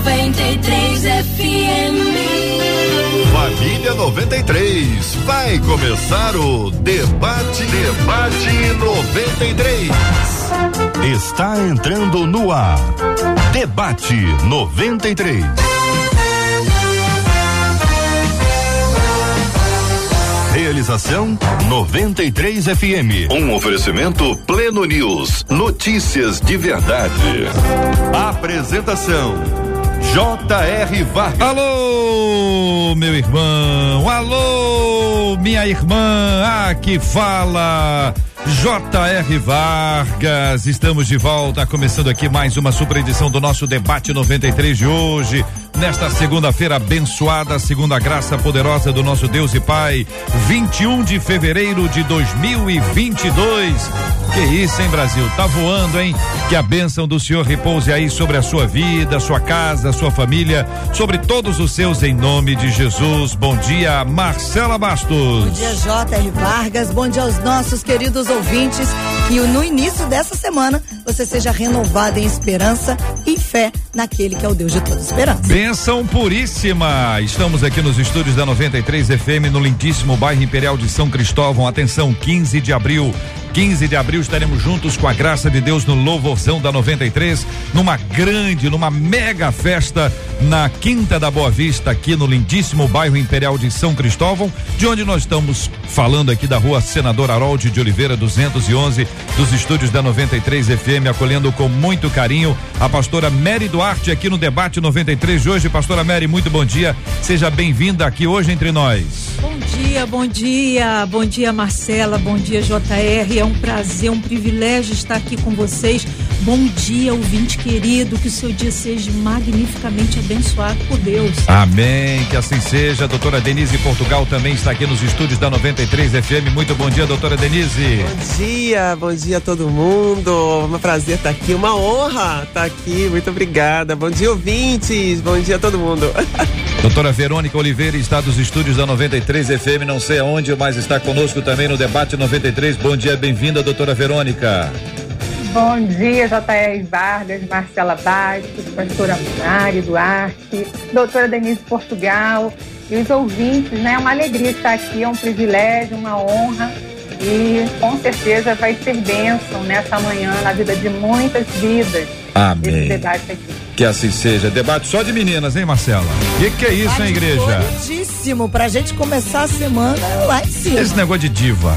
93 FM. Família 93, vai começar o Debate 93. Está entrando no ar. Debate 93. Realização 93 FM. Um oferecimento Pleno News. Notícias de verdade. Apresentação J.R. Vargas. Alô, meu irmão. Alô, minha irmã. Aqui fala J.R. Vargas. Estamos de volta, começando aqui mais uma super edição do nosso Debate 93 de hoje. Nesta segunda-feira abençoada, segundo a graça poderosa do nosso Deus e Pai, 21 de fevereiro de 2022. Que isso, hein, Brasil? Tá voando, hein? Que a bênção do Senhor repouse aí sobre a sua vida, sua casa, sua família, sobre todos os seus, em nome de Jesus. Bom dia, Marcela Bastos. Bom dia, J.R. Vargas. Bom dia aos nossos queridos ouvintes. Que no início dessa semana você seja renovado em esperança e fé naquele que é o Deus de toda esperança. Bênção puríssima. Estamos aqui nos estúdios da 93 FM, no lindíssimo bairro Imperial de São Cristóvão. Atenção, 15 de abril estaremos juntos com a graça de Deus no Louvorzão da 93, numa mega festa na Quinta da Boa Vista, aqui no lindíssimo bairro Imperial de São Cristóvão, de onde nós estamos falando aqui da rua Senador Harold de Oliveira 211, dos estúdios da 93 FM, acolhendo com muito carinho a pastora Mary Duarte aqui no Debate 93 de hoje. Pastora Mary, muito bom dia, seja bem-vinda aqui hoje entre nós. Bom dia Marcela, bom dia JR, é um prazer, um privilégio estar aqui com vocês. Bom dia, ouvinte querido, que o seu dia seja magnificamente abençoado por Deus. Amém, que assim seja. A doutora Denise Portugal também está aqui nos estúdios da 93 FM. Muito bom dia, doutora Denise. Bom dia a todo mundo. Um prazer estar aqui, uma honra estar aqui. Muito obrigada. Bom dia, ouvintes. Bom dia a todo mundo. Doutora Verônica Oliveira está dos estúdios da 93 FM, não sei aonde, mas está conosco também no Debate 93. Bom dia, bem-vinda, doutora Verônica. Bom dia, J.R. Vargas, Marcela Bastos, pastora Mari Duarte, doutora Denise Portugal e os ouvintes, né? É uma alegria estar aqui, é um privilégio, uma honra e com certeza vai ser bênção nessa manhã na vida de muitas vidas. Amém. Esse debate aqui. Que assim seja. Debate só de meninas, hein, Marcela? Que é isso, hein, igreja? Muitíssimo, pra gente começar a semana lá em cima. Esse negócio de diva.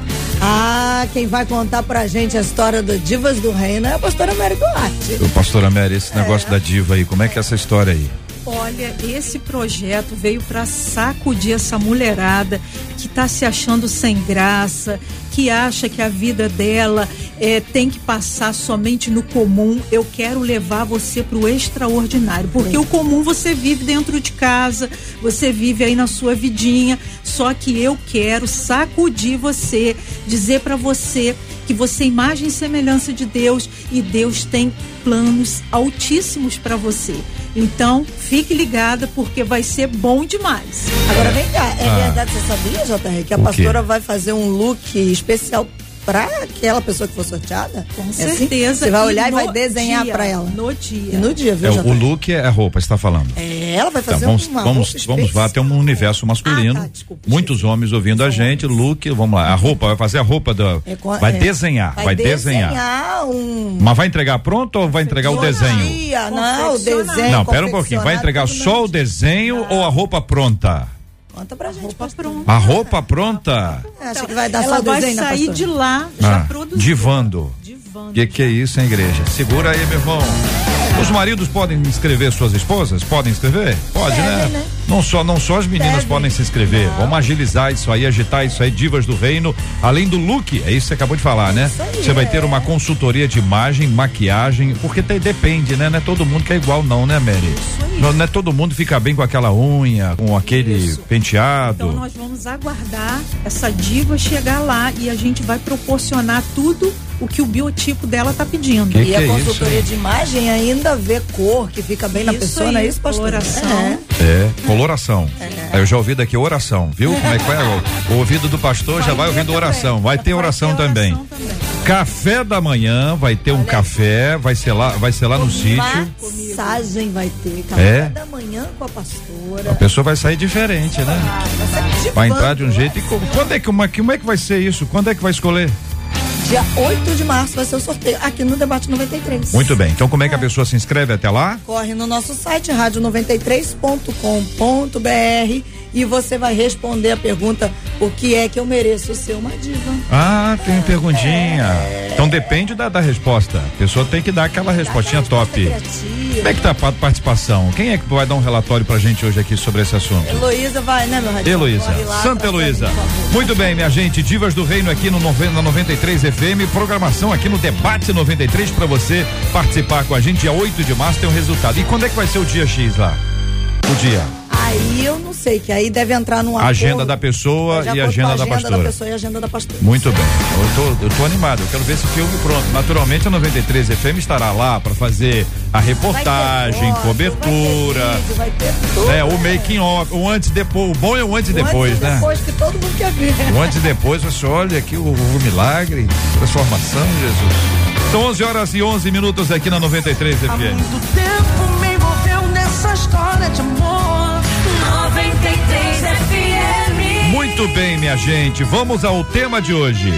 Quem vai contar pra gente a história do Divas do Reino é a pastora Mary Duarte. Pastora Mary, esse negócio da diva aí, como é que é essa história aí? Olha, esse projeto veio para sacudir essa mulherada que está se achando sem graça, que acha que a vida dela tem que passar somente no comum. Eu quero levar você para o extraordinário, porque o comum você vive dentro de casa, você vive aí na sua vidinha, só que eu quero sacudir você, dizer para você que você é imagem e semelhança de Deus e Deus tem planos altíssimos para você. Então, fique ligada porque vai ser bom demais. Agora vem cá, é verdade, você sabia, JR, que a pastora vai fazer um look especial pra aquela pessoa que for sorteada? Com certeza. Assim? Você vai olhar e vai desenhar pra ela. No dia. E no dia, viu, O look é a roupa, você tá falando? Ela vai fazer vamos lá, tem um universo masculino. Desculpa, muitos homens ouvindo a gente, look, vamos lá, a roupa, vai fazer a roupa vai desenhar. Mas vai entregar pronto ou vai entregar o desenho? Não, o desenho. Não, pera um pouquinho, vai entregar só o desenho ou a roupa pronta? Conta pra gente. A roupa pronta? Acho que vai dar ela só o desenho, vai sair de lá já produzindo. Divando. Que é isso, hein, igreja? Segura aí, meu irmão. Os maridos podem inscrever suas esposas? Podem inscrever? Pode, né? Não só as meninas podem se inscrever. Não. Vamos agilizar isso aí, agitar isso aí, Divas do Reino. Além do look, é isso que você acabou de falar, né? Você vai ter uma consultoria de imagem, maquiagem, porque depende, né? Não é todo mundo que é igual, não, né, Mary? Não é todo mundo fica bem com aquela unha, com aquele penteado. Então nós vamos aguardar essa diva chegar lá e a gente vai proporcionar tudo o que o biotipo dela está pedindo. E a consultoria de imagem ainda vê cor, que fica bem na pessoa, não é isso, pastor? Coloração. Coloração. Eu já ouvi daqui oração, viu? Como é que vai? O ouvido do pastor já vai ouvindo oração. Vai ter oração também. Café da manhã, vai ter um café, vai ser lá no sítio. Massagem vai ter, café da manhã com a pastora. A pessoa vai sair diferente, né? Vai entrar de um jeito. E como é que vai ser isso? Quando é que vai escolher? Dia 8 de março vai ser o sorteio aqui no Debate 93. Muito bem, então como é que a pessoa se inscreve até lá? Corre no nosso site radio93.com.br e você vai responder a pergunta: o que é que eu mereço ser uma diva? Ah, tem perguntinha. Então depende da resposta. A pessoa tem que dar aquela respostinha top. Criativa. Como é que tá a participação? Quem é que vai dar um relatório pra gente hoje aqui sobre esse assunto? Heloísa vai, né, meu radinho? Heloísa, Santa Heloísa. Muito bem, minha gente, Divas do Reino aqui na 93 FM, programação aqui no Debate 93 pra você participar com a gente. Dia 8 de março tem um resultado. E quando é que vai ser o dia X lá? O dia? Aí eu não sei, que aí deve entrar no acordo. Agenda da pessoa e agenda da pastora. Da pessoa e agenda da pastora. Muito bem. Eu tô animado. Eu quero ver esse filme pronto. Naturalmente a 93 FM estará lá para fazer a reportagem, cobertura. Vai ter tudo. O making off, o antes e depois. O bom é o antes e depois, né? Depois que todo mundo quer ver. O antes e depois, você olha aqui o milagre, transformação, Jesus. São 11h11 aqui na 93 FM. Há muito tempo me envolveu nessa história de amor. 93 FM. Muito bem, minha gente, vamos ao tema de hoje.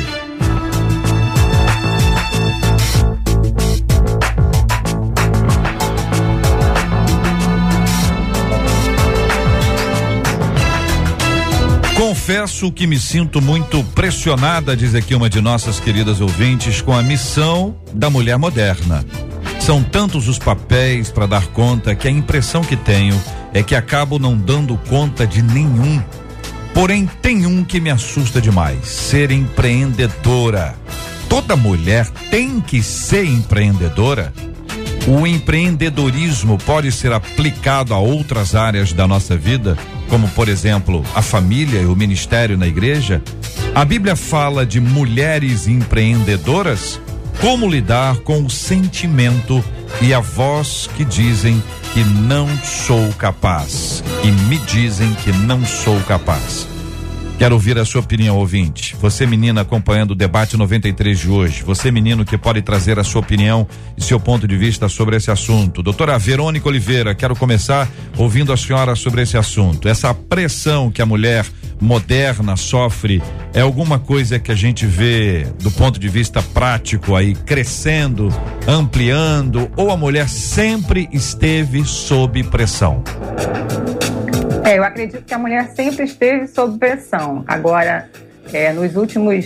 Confesso que me sinto muito pressionada, diz aqui uma de nossas queridas ouvintes, com a missão da mulher moderna. São tantos os papéis para dar conta que a impressão que tenho é que acabo não dando conta de nenhum. Porém, tem um que me assusta demais: ser empreendedora. Toda mulher tem que ser empreendedora? O empreendedorismo pode ser aplicado a outras áreas da nossa vida, como, por exemplo, a família e o ministério na igreja? A Bíblia fala de mulheres empreendedoras? Como lidar com o sentimento e a voz que dizem que não sou capaz, e me dizem que não sou capaz? Quero ouvir a sua opinião, ouvinte. Você, menina, acompanhando o Debate 93 de hoje. Você, menino, que pode trazer a sua opinião e seu ponto de vista sobre esse assunto. Doutora Verônica Oliveira, quero começar ouvindo a senhora sobre esse assunto. Essa pressão que a mulher moderna sofre é alguma coisa que a gente vê do ponto de vista prático aí crescendo, ampliando, ou a mulher sempre esteve sob pressão? Eu acredito que a mulher sempre esteve sob pressão. Agora, nos últimos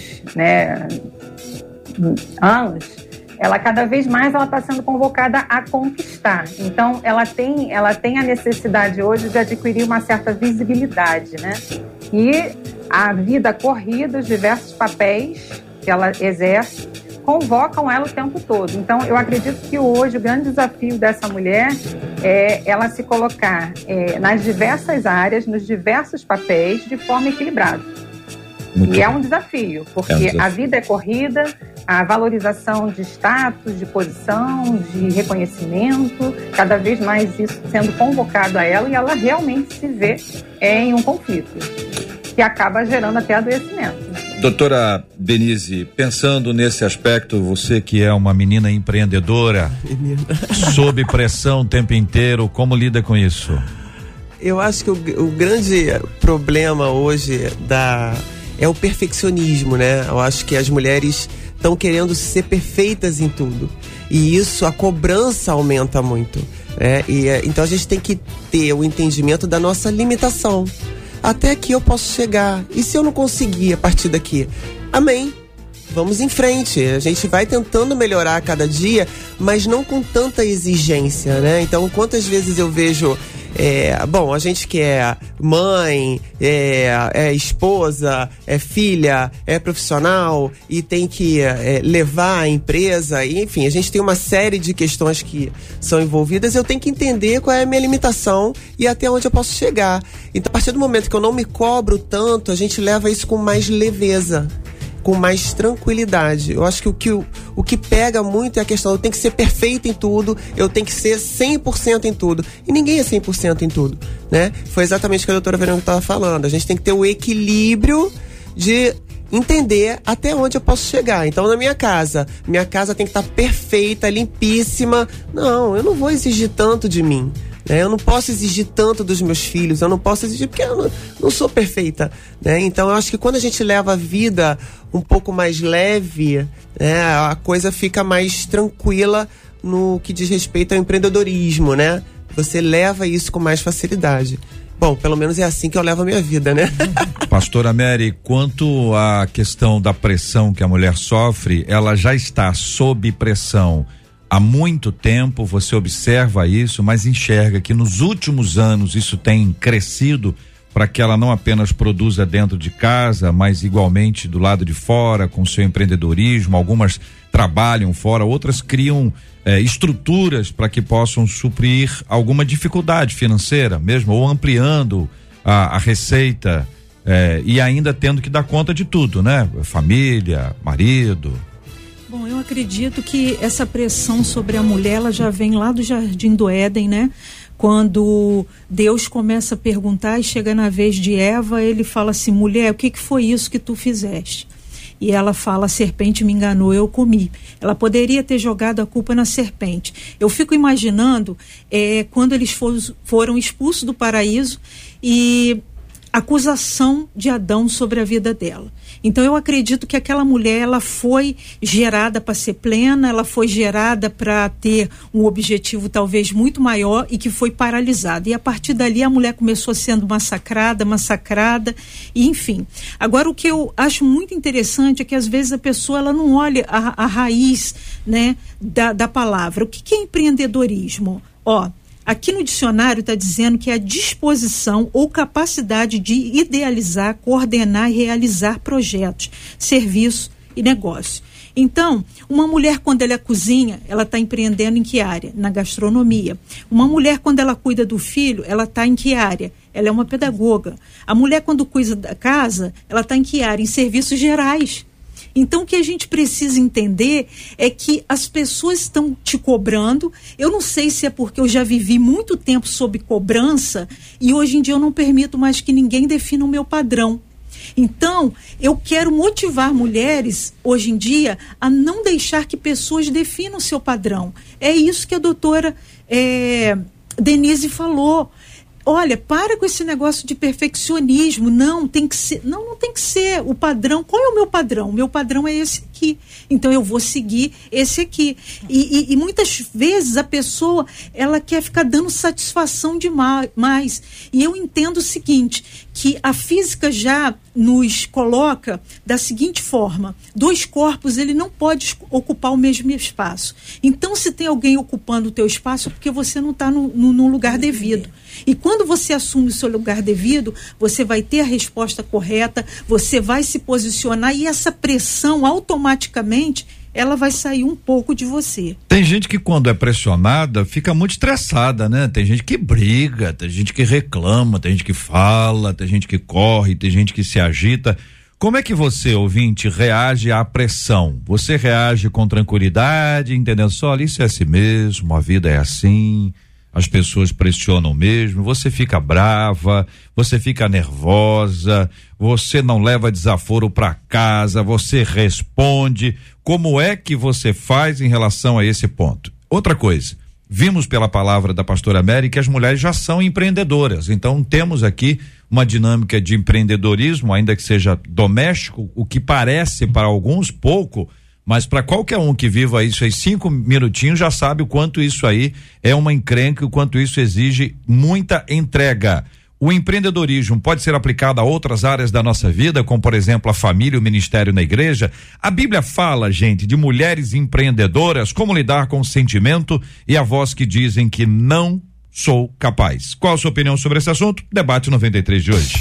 anos, ela cada vez mais está sendo convocada a conquistar. Então, ela tem a necessidade hoje de adquirir uma certa visibilidade, né? E a vida corrida, os diversos papéis que ela exerce, convocam ela o tempo todo. Então, eu acredito que hoje o grande desafio dessa mulher é ela se colocar nas diversas áreas, nos diversos papéis, de forma equilibrada. E é um desafio, porque a vida é corrida, a valorização de status, de posição, de reconhecimento, cada vez mais isso sendo convocado a ela, e ela realmente se vê em um conflito, que acaba gerando até adoecimento. Doutora Denise, pensando nesse aspecto, você que é uma menina empreendedora, sob pressão o tempo inteiro, como lida com isso? Eu acho que o grande problema hoje é o perfeccionismo, né? Eu acho que as mulheres estão querendo ser perfeitas em tudo. E isso, a cobrança aumenta muito, né? Então a gente tem que ter o entendimento da nossa limitação. Até aqui eu posso chegar. E se eu não conseguir a partir daqui? Amém. Vamos em frente. A gente vai tentando melhorar a cada dia, mas não com tanta exigência, né? Então, quantas vezes eu vejo... a gente que é mãe, é esposa, é filha, é profissional e tem que levar a empresa, e, enfim, a gente tem uma série de questões que são envolvidas. Eu tenho que entender qual é a minha limitação e até onde eu posso chegar. Então, a partir do momento que eu não me cobro tanto, a gente leva isso com mais leveza. com mais tranquilidade. Eu acho que o que pega muito é a questão, eu tenho que ser perfeita em tudo, eu tenho que ser 100% em tudo. E ninguém é 100% em tudo, né? Foi exatamente o que a doutora Verônica estava falando. A gente tem que ter o equilíbrio de entender até onde eu posso chegar. Então, na minha casa tem que estar perfeita, limpíssima. Não, eu não vou exigir tanto de mim. Eu não posso exigir tanto dos meus filhos, eu não posso exigir porque eu não sou perfeita, né? Então eu acho que quando a gente leva a vida um pouco mais leve, né, a coisa fica mais tranquila no que diz respeito ao empreendedorismo, né? Você leva isso com mais facilidade. Bom, pelo menos é assim que eu levo a minha vida, né? Pastora Mary, quanto à questão da pressão que a mulher sofre, ela já está sob pressão há muito tempo, você observa isso, mas enxerga que nos últimos anos isso tem crescido para que ela não apenas produza dentro de casa, mas igualmente do lado de fora, com seu empreendedorismo. Algumas trabalham fora, outras criam estruturas para que possam suprir alguma dificuldade financeira mesmo, ou ampliando a receita, e ainda tendo que dar conta de tudo, né? Família, marido. Bom, eu acredito que essa pressão sobre a mulher, ela já vem lá do Jardim do Éden, né? Quando Deus começa a perguntar e chega na vez de Eva, ele fala assim: mulher, o que foi isso que tu fizeste? E ela fala: a serpente me enganou, eu comi. Ela poderia ter jogado a culpa na serpente. Eu fico imaginando quando eles foram expulsos do paraíso e acusação de Adão sobre a vida dela. Então eu acredito que aquela mulher, ela foi gerada para ser plena, ela foi gerada para ter um objetivo talvez muito maior e que foi paralisada. E a partir dali a mulher começou sendo massacrada, e enfim. Agora, o que eu acho muito interessante é que às vezes a pessoa, ela não olha a raiz, né, da palavra. O que é empreendedorismo? Aqui no dicionário está dizendo que é a disposição ou capacidade de idealizar, coordenar e realizar projetos, serviço e negócio. Então, uma mulher, quando ela cozinha, ela está empreendendo em que área? Na gastronomia. Uma mulher, quando ela cuida do filho, ela está em que área? Ela é uma pedagoga. A mulher, quando cuida da casa, ela está em que área? Em serviços gerais. Então, o que a gente precisa entender é que as pessoas estão te cobrando. Eu não sei se é porque eu já vivi muito tempo sob cobrança e hoje em dia eu não permito mais que ninguém defina o meu padrão. Então, eu quero motivar mulheres, hoje em dia, a não deixar que pessoas definam o seu padrão. É isso que a doutora Denise falou. Olha, para com esse negócio de perfeccionismo. Não tem que ser. Não tem que ser o padrão. Qual é o meu padrão? O meu padrão é esse aqui. Então eu vou seguir esse aqui. E muitas vezes a pessoa, ela quer ficar dando satisfação demais. E eu entendo o seguinte, que a física já nos coloca da seguinte forma: dois corpos, ele não pode ocupar o mesmo espaço. Então, se tem alguém ocupando o teu espaço, é porque você não está no lugar devido. E quando você assume o seu lugar devido, você vai ter a resposta correta, você vai se posicionar e essa pressão automaticamente ela vai sair um pouco de você. Tem gente que quando é pressionada fica muito estressada, né? Tem gente que briga, tem gente que reclama, tem gente que fala, tem gente que corre, tem gente que se agita. Como é que você, ouvinte, reage à pressão? Você reage com tranquilidade, entendendo só, olha, isso é assim mesmo, a vida é assim, as pessoas pressionam mesmo, você fica brava, você fica nervosa, você não leva desaforo para casa, você responde. Como é que você faz em relação a esse ponto? Outra coisa, vimos pela palavra da pastora Mary que as mulheres já são empreendedoras, então temos aqui uma dinâmica de empreendedorismo, ainda que seja doméstico, o que parece para alguns pouco, mas para qualquer um que viva isso aí 5 minutinhos já sabe o quanto isso aí é uma encrenca, o quanto isso exige muita entrega. O empreendedorismo pode ser aplicado a outras áreas da nossa vida, como por exemplo a família, o ministério na igreja. A Bíblia fala, gente, de mulheres empreendedoras, como lidar com o sentimento e a voz que dizem que não sou capaz. Qual a sua opinião sobre esse assunto? Debate 93 de hoje.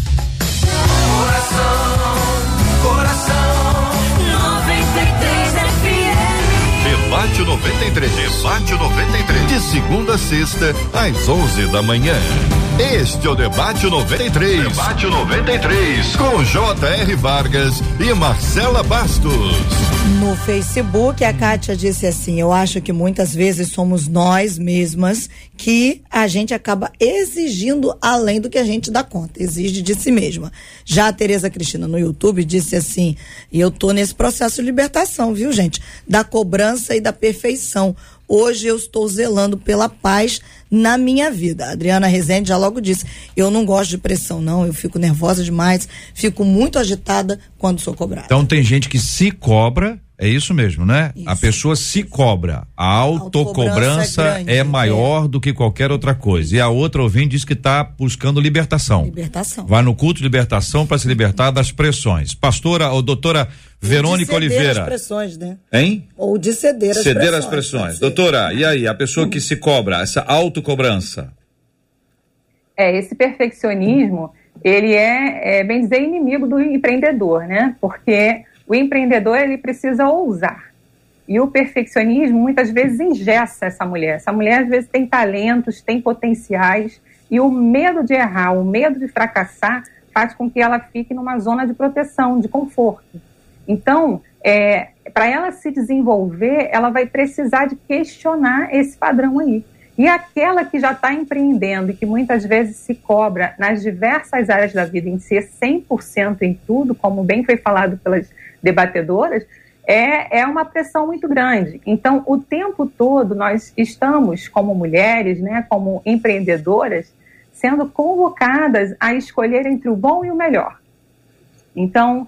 Debate 93. De segunda a sexta, às 11 da manhã. Este é o Debate 93. Debate 93. Com J.R. Vargas e Marcela Bastos. No Facebook, a Kátia disse assim: eu acho que muitas vezes somos nós mesmas que a gente acaba exigindo além do que a gente dá conta, exige de si mesma. Já a Tereza Cristina no YouTube disse assim: e eu tô nesse processo de libertação, viu, gente? Da cobrança e da perfeição. Hoje eu estou zelando pela paz na minha vida. A Adriana Rezende já logo disse: eu não gosto de pressão, não, eu fico nervosa demais, fico muito agitada quando sou cobrada. Então tem gente que se cobra, é isso mesmo, né? Isso. A pessoa se cobra. A autocobrança é maior do que qualquer outra coisa. E a outra ouvinte diz que está buscando libertação. Libertação. Vai no culto de libertação para se libertar das pressões. Pastora ou doutora Verônica Oliveira. As pressões, né? Hein? Ou de ceder as pressões. Ceder as pressões. Doutora, e aí, a pessoa que se cobra, essa autocobrança? Esse perfeccionismo, ele é, bem dizer, inimigo do empreendedor, né? Porque o empreendedor, ele precisa ousar. E o perfeccionismo, muitas vezes, engessa essa mulher. Essa mulher, às vezes, tem talentos, tem potenciais, e o medo de errar, o medo de fracassar, faz com que ela fique numa zona de proteção, de conforto. Então, para ela se desenvolver, ela vai precisar de questionar esse padrão aí. E aquela que já está empreendendo e que muitas vezes se cobra nas diversas áreas da vida em ser 100% em tudo, como bem foi falado pelas debatedoras, é uma pressão muito grande. Então, o tempo todo nós estamos, como mulheres, né, como empreendedoras, sendo convocadas a escolher entre o bom e o melhor. Então,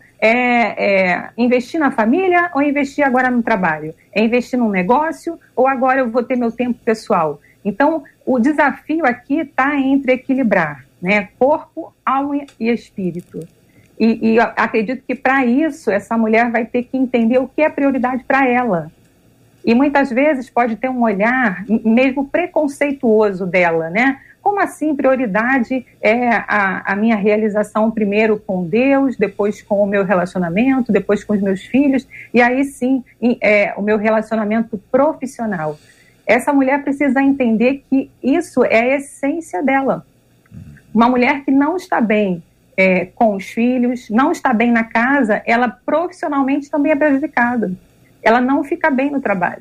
investir na família ou investir agora no trabalho? É investir num negócio ou agora eu vou ter meu tempo pessoal? Então, o desafio aqui está entre equilibrar, né? Corpo, alma e espírito. E eu acredito que para isso essa mulher vai ter que entender o que é prioridade para ela. E muitas vezes pode ter um olhar mesmo preconceituoso dela, né? Como assim prioridade é a minha realização primeiro com Deus, depois com o meu relacionamento, depois com os meus filhos, e aí sim o meu relacionamento profissional. Essa mulher precisa entender que isso é a essência dela. Uma mulher que não está bem com os filhos, não está bem na casa, ela profissionalmente também é prejudicada. Ela não fica bem no trabalho.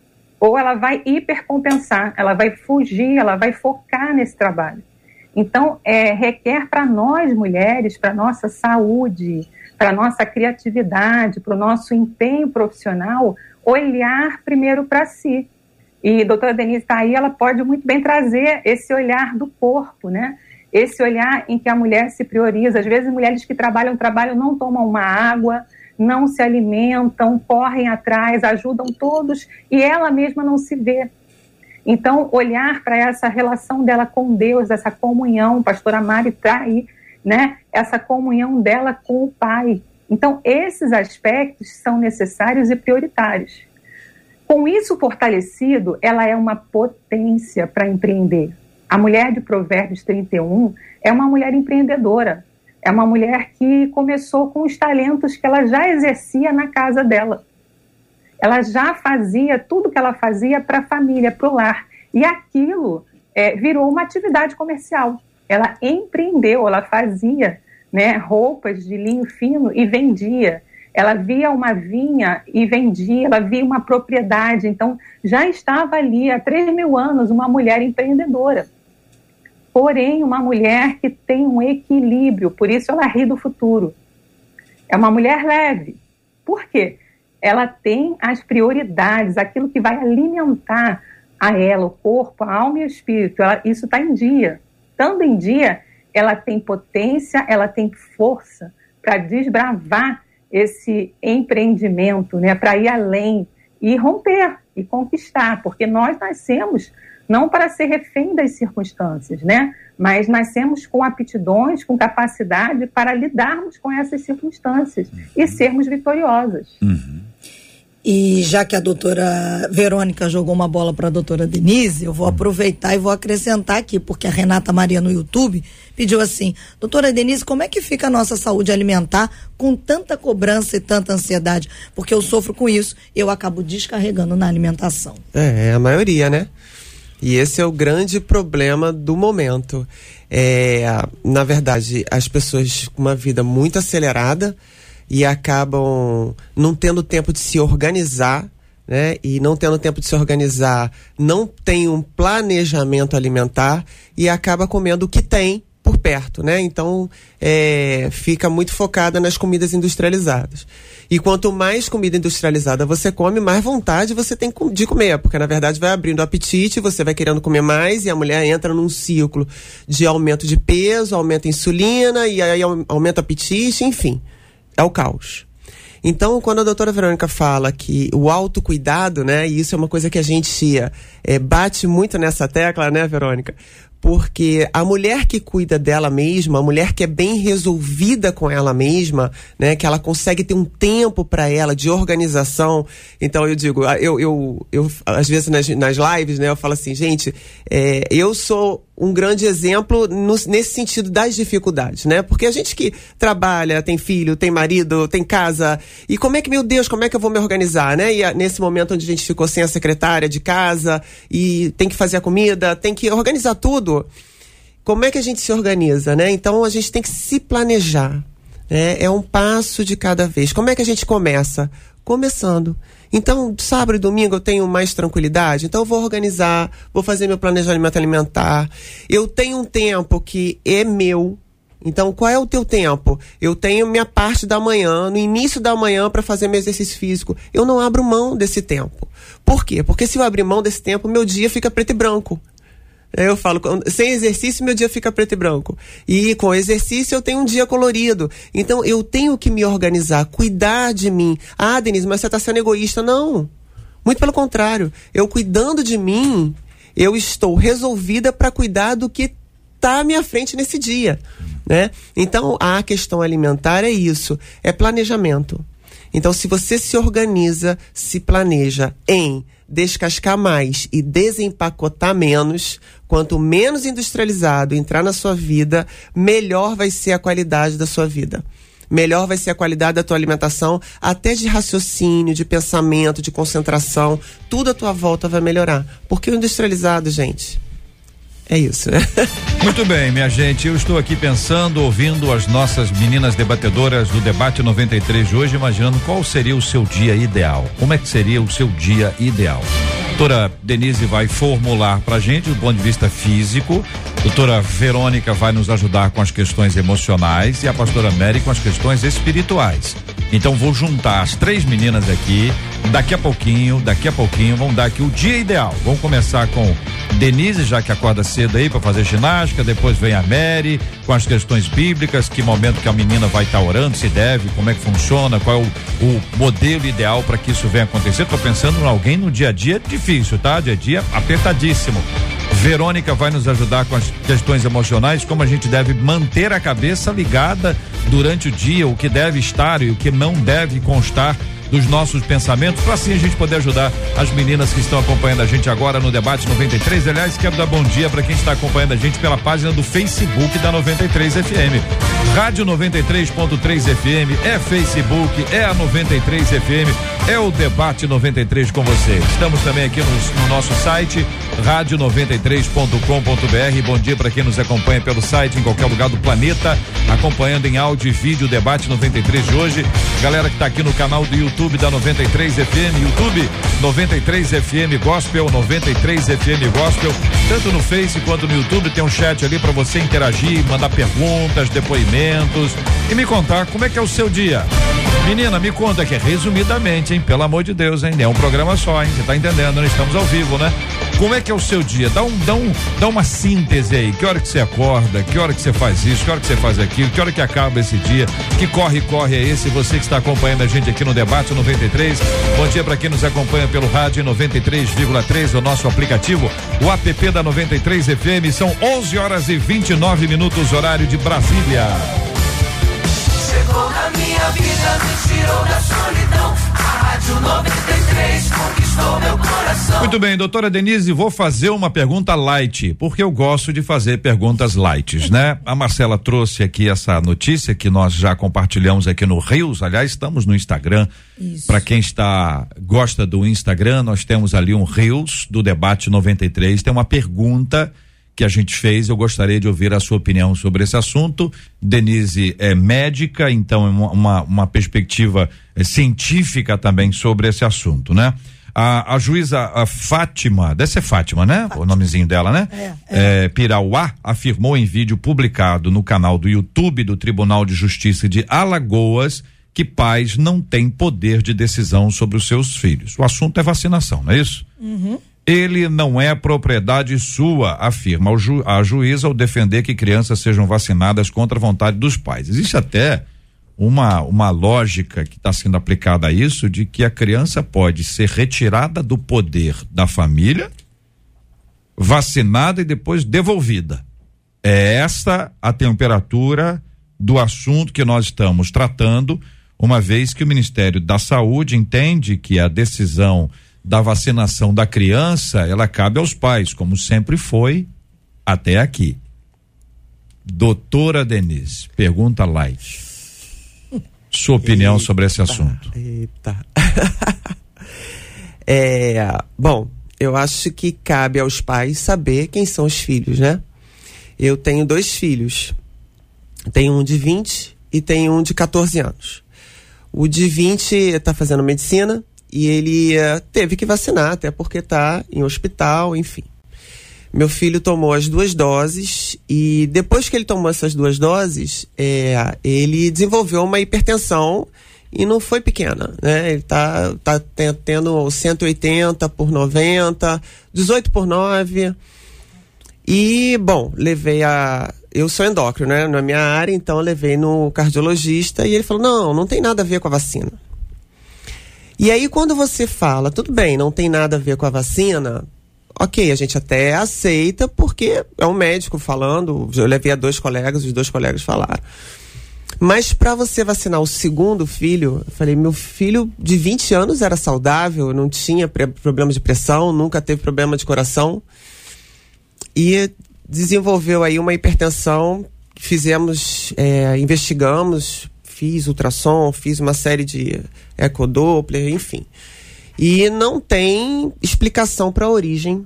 Ou ela vai hipercompensar, ela vai fugir, ela vai focar nesse trabalho. Então, requer para nós mulheres, para nossa saúde, para nossa criatividade, para o nosso empenho profissional, olhar primeiro para si. E a doutora Denise está aí, ela pode muito bem trazer esse olhar do corpo, né? Esse olhar em que a mulher se prioriza. Às vezes, mulheres que trabalham, não tomam uma água, não se alimentam, correm atrás, ajudam todos e ela mesma não se vê. Então, olhar para essa relação dela com Deus, essa comunhão, pastora Mari está aí, né? Essa comunhão dela com o Pai. Então, esses aspectos são necessários e prioritários. Com isso fortalecido, ela é uma potência para empreender. A mulher de Provérbios 31 é uma mulher empreendedora. É uma mulher que começou com os talentos que ela já exercia na casa dela. Ela já fazia tudo que ela fazia para a família, para o lar. E aquilo virou uma atividade comercial. Ela empreendeu, ela fazia, né, roupas de linho fino e vendia. Ela via uma vinha e vendia, ela via uma propriedade. Então, já estava ali há 3.000 anos uma mulher empreendedora. Porém, uma mulher que tem um equilíbrio, por isso ela ri do futuro. É uma mulher leve. Por quê? Ela tem as prioridades, aquilo que vai alimentar a ela, o corpo, a alma e o espírito. Isso está em dia. Estando em dia, ela tem potência, ela tem força para desbravar esse empreendimento, né, para ir além e romper e conquistar, porque nós nascemos não para ser refém das circunstâncias, né, mas nascemos com aptidões, com capacidade para lidarmos com essas circunstâncias e sermos vitoriosas. E já que a doutora Verônica jogou uma bola para a doutora Denise, eu vou aproveitar e vou acrescentar aqui, porque a Renata Maria no YouTube pediu assim: doutora Denise, como é que fica a nossa saúde alimentar com tanta cobrança e tanta ansiedade? Porque eu sofro com isso e eu acabo descarregando na alimentação. É a maioria, né? E esse é o grande problema do momento. Na verdade, as pessoas com uma vida muito acelerada e acabam não tendo tempo de se organizar, né? E não tendo tempo de se organizar, não tem um planejamento alimentar e acaba comendo o que tem por perto, né? Então, fica muito focada nas comidas industrializadas. E quanto mais comida industrializada você come, mais vontade você tem de comer, porque na verdade vai abrindo o apetite, você vai querendo comer mais e a mulher entra num ciclo de aumento de peso, aumenta a insulina e aí aumenta o apetite, enfim, é o caos. Então, quando a doutora Verônica fala que o autocuidado, né, e isso é uma coisa que a gente bate muito nessa tecla, né, Verônica? Porque a mulher que cuida dela mesma, a mulher que é bem resolvida com ela mesma, né, que ela consegue ter um tempo para ela de organização. Então eu digo, eu às vezes nas lives, né, eu falo assim, gente, eu sou um grande exemplo nesse sentido das dificuldades, né? Porque a gente que trabalha, tem filho, tem marido, tem casa, e como é que, meu Deus, como é que eu vou me organizar, né? E nesse momento onde a gente ficou sem a secretária de casa e tem que fazer a comida, tem que organizar tudo, como é que a gente se organiza, né? Então a gente tem que se planejar, né? É um passo de cada vez. Como é que a gente começa? Começando. Então, sábado e domingo eu tenho mais tranquilidade, então eu vou organizar, vou fazer meu planejamento alimentar. Eu tenho um tempo que é meu. Então, qual é o teu tempo? Eu tenho minha parte da manhã, no início da manhã, para fazer meu exercício físico. Eu não abro mão desse tempo. Por quê? Porque se eu abrir mão desse tempo, meu dia fica preto e branco. Eu falo, sem exercício meu dia fica preto e branco. E com exercício eu tenho um dia colorido. Então eu tenho que me organizar, cuidar de mim. Ah, Denise, mas você está sendo egoísta. Não. Muito pelo contrário. Eu cuidando de mim, eu estou resolvida para cuidar do que está à minha frente nesse dia, né? Então a questão alimentar é isso. É planejamento. Então se você se organiza, se planeja em descascar mais e desempacotar menos, quanto menos industrializado entrar na sua vida, melhor vai ser a qualidade da sua vida. Melhor vai ser a qualidade da tua alimentação, até de raciocínio, de pensamento, de concentração, tudo à tua volta vai melhorar. Porque o industrializado, gente, é isso, né? Muito bem, minha gente, eu estou aqui pensando, ouvindo as nossas meninas debatedoras do Debate 93 de hoje, imaginando qual seria o seu dia ideal. Como é que seria o seu dia ideal? Doutora Denise vai formular pra gente do ponto de vista físico, doutora Verônica vai nos ajudar com as questões emocionais e a pastora Mary com as questões espirituais. Então vou juntar as três meninas aqui, daqui a pouquinho, vamos dar aqui o dia ideal. Vamos começar com Denise, já que acorda cedo aí para fazer ginástica, depois vem a Mary com as questões bíblicas, que momento que a menina vai estar orando, se deve, como é que funciona, qual é o modelo ideal para que isso venha acontecer. Tô pensando em alguém no dia a dia difícil, tá? Dia a dia apertadíssimo. Verônica vai nos ajudar com as questões emocionais, como a gente deve manter a cabeça ligada durante o dia, o que deve estar e o que não deve constar dos nossos pensamentos, para assim a gente poder ajudar as meninas que estão acompanhando a gente agora no Debate 93. Aliás, quero dar bom dia para quem está acompanhando a gente pela página do Facebook da 93 FM. Rádio 93.3 FM é Facebook, é a 93 FM, é o Debate 93 com você. Estamos também aqui no nosso site radio93.com.br. Bom dia para quem nos acompanha pelo site em qualquer lugar do planeta, acompanhando em áudio e vídeo o Debate 93 de hoje. Galera que está aqui no canal do YouTube da 93 FM, YouTube 93 FM Gospel, 93 FM Gospel, tanto no Face quanto no YouTube, tem um chat ali para você interagir, mandar perguntas, depoimentos e me contar como é que é o seu dia. Menina, me conta aqui, resumidamente, hein? Pelo amor de Deus, hein? É um programa só, hein? Você tá entendendo, nós estamos ao vivo, né? Como é que é o seu dia? Dá uma síntese aí. Que hora que você acorda? Que hora que você faz isso? Que hora que você faz aquilo? Que hora que acaba esse dia? Que corre é esse? Você que está acompanhando a gente aqui no Debate 93. Bom dia para quem nos acompanha pelo rádio 93,3, o nosso aplicativo, o app da 93 FM. São 11h29, horário de Brasília. Chegou na minha minha vida me tirou da solidão. A Rádio 93 conquistou meu coração. Muito bem, doutora Denise, vou fazer uma pergunta light, porque eu gosto de fazer perguntas light, né? A Marcela trouxe aqui essa notícia que nós já compartilhamos aqui no Reels, aliás, estamos no Instagram. Para quem gosta do Instagram, nós temos ali um Reels do Debate 93, tem uma pergunta que a gente fez, eu gostaria de ouvir a sua opinião sobre esse assunto. Denise é médica, então é uma perspectiva científica também sobre esse assunto, né? A juíza Fátima, deve ser Fátima, né? Fátima. O nomezinho dela, né? Pirauá afirmou em vídeo publicado no canal do YouTube do Tribunal de Justiça de Alagoas que pais não têm poder de decisão sobre os seus filhos. O assunto é vacinação, não é isso? Uhum. Ele não é propriedade sua, afirma a juíza ao defender que crianças sejam vacinadas contra a vontade dos pais. Existe até uma lógica que está sendo aplicada a isso, de que a criança pode ser retirada do poder da família, vacinada e depois devolvida. É esta a temperatura do assunto que nós estamos tratando, uma vez que o Ministério da Saúde entende que a decisão da vacinação da criança, ela cabe aos pais, como sempre foi até aqui. Doutora Denise, pergunta light. Sua opinião sobre esse assunto. Bom, eu acho que cabe aos pais saber quem são os filhos, né? Eu tenho 2 filhos. Tenho um de 20 e tenho um de 14 anos. O de 20 está fazendo medicina e ele teve que vacinar, até porque está em hospital, enfim. Meu filho tomou as 2 doses e depois que ele tomou essas 2 doses, ele desenvolveu uma hipertensão e não foi pequena, né? Ele tá tendo 180 por 90, 18 por 9. E, bom, eu sou endócrino, né? Na minha área, então eu levei no cardiologista e ele falou, não tem nada a ver com a vacina. E aí quando você fala, tudo bem, não tem nada a ver com a vacina, ok, a gente até aceita porque é um médico falando, eu levei a 2 colegas, os 2 colegas falaram. Mas para você vacinar o segundo filho, eu falei, meu filho de 20 anos era saudável, não tinha problema de pressão, nunca teve problema de coração e desenvolveu aí uma hipertensão, investigamos, fiz ultrassom, fiz uma série de ecodoppler, enfim. E não tem explicação para a origem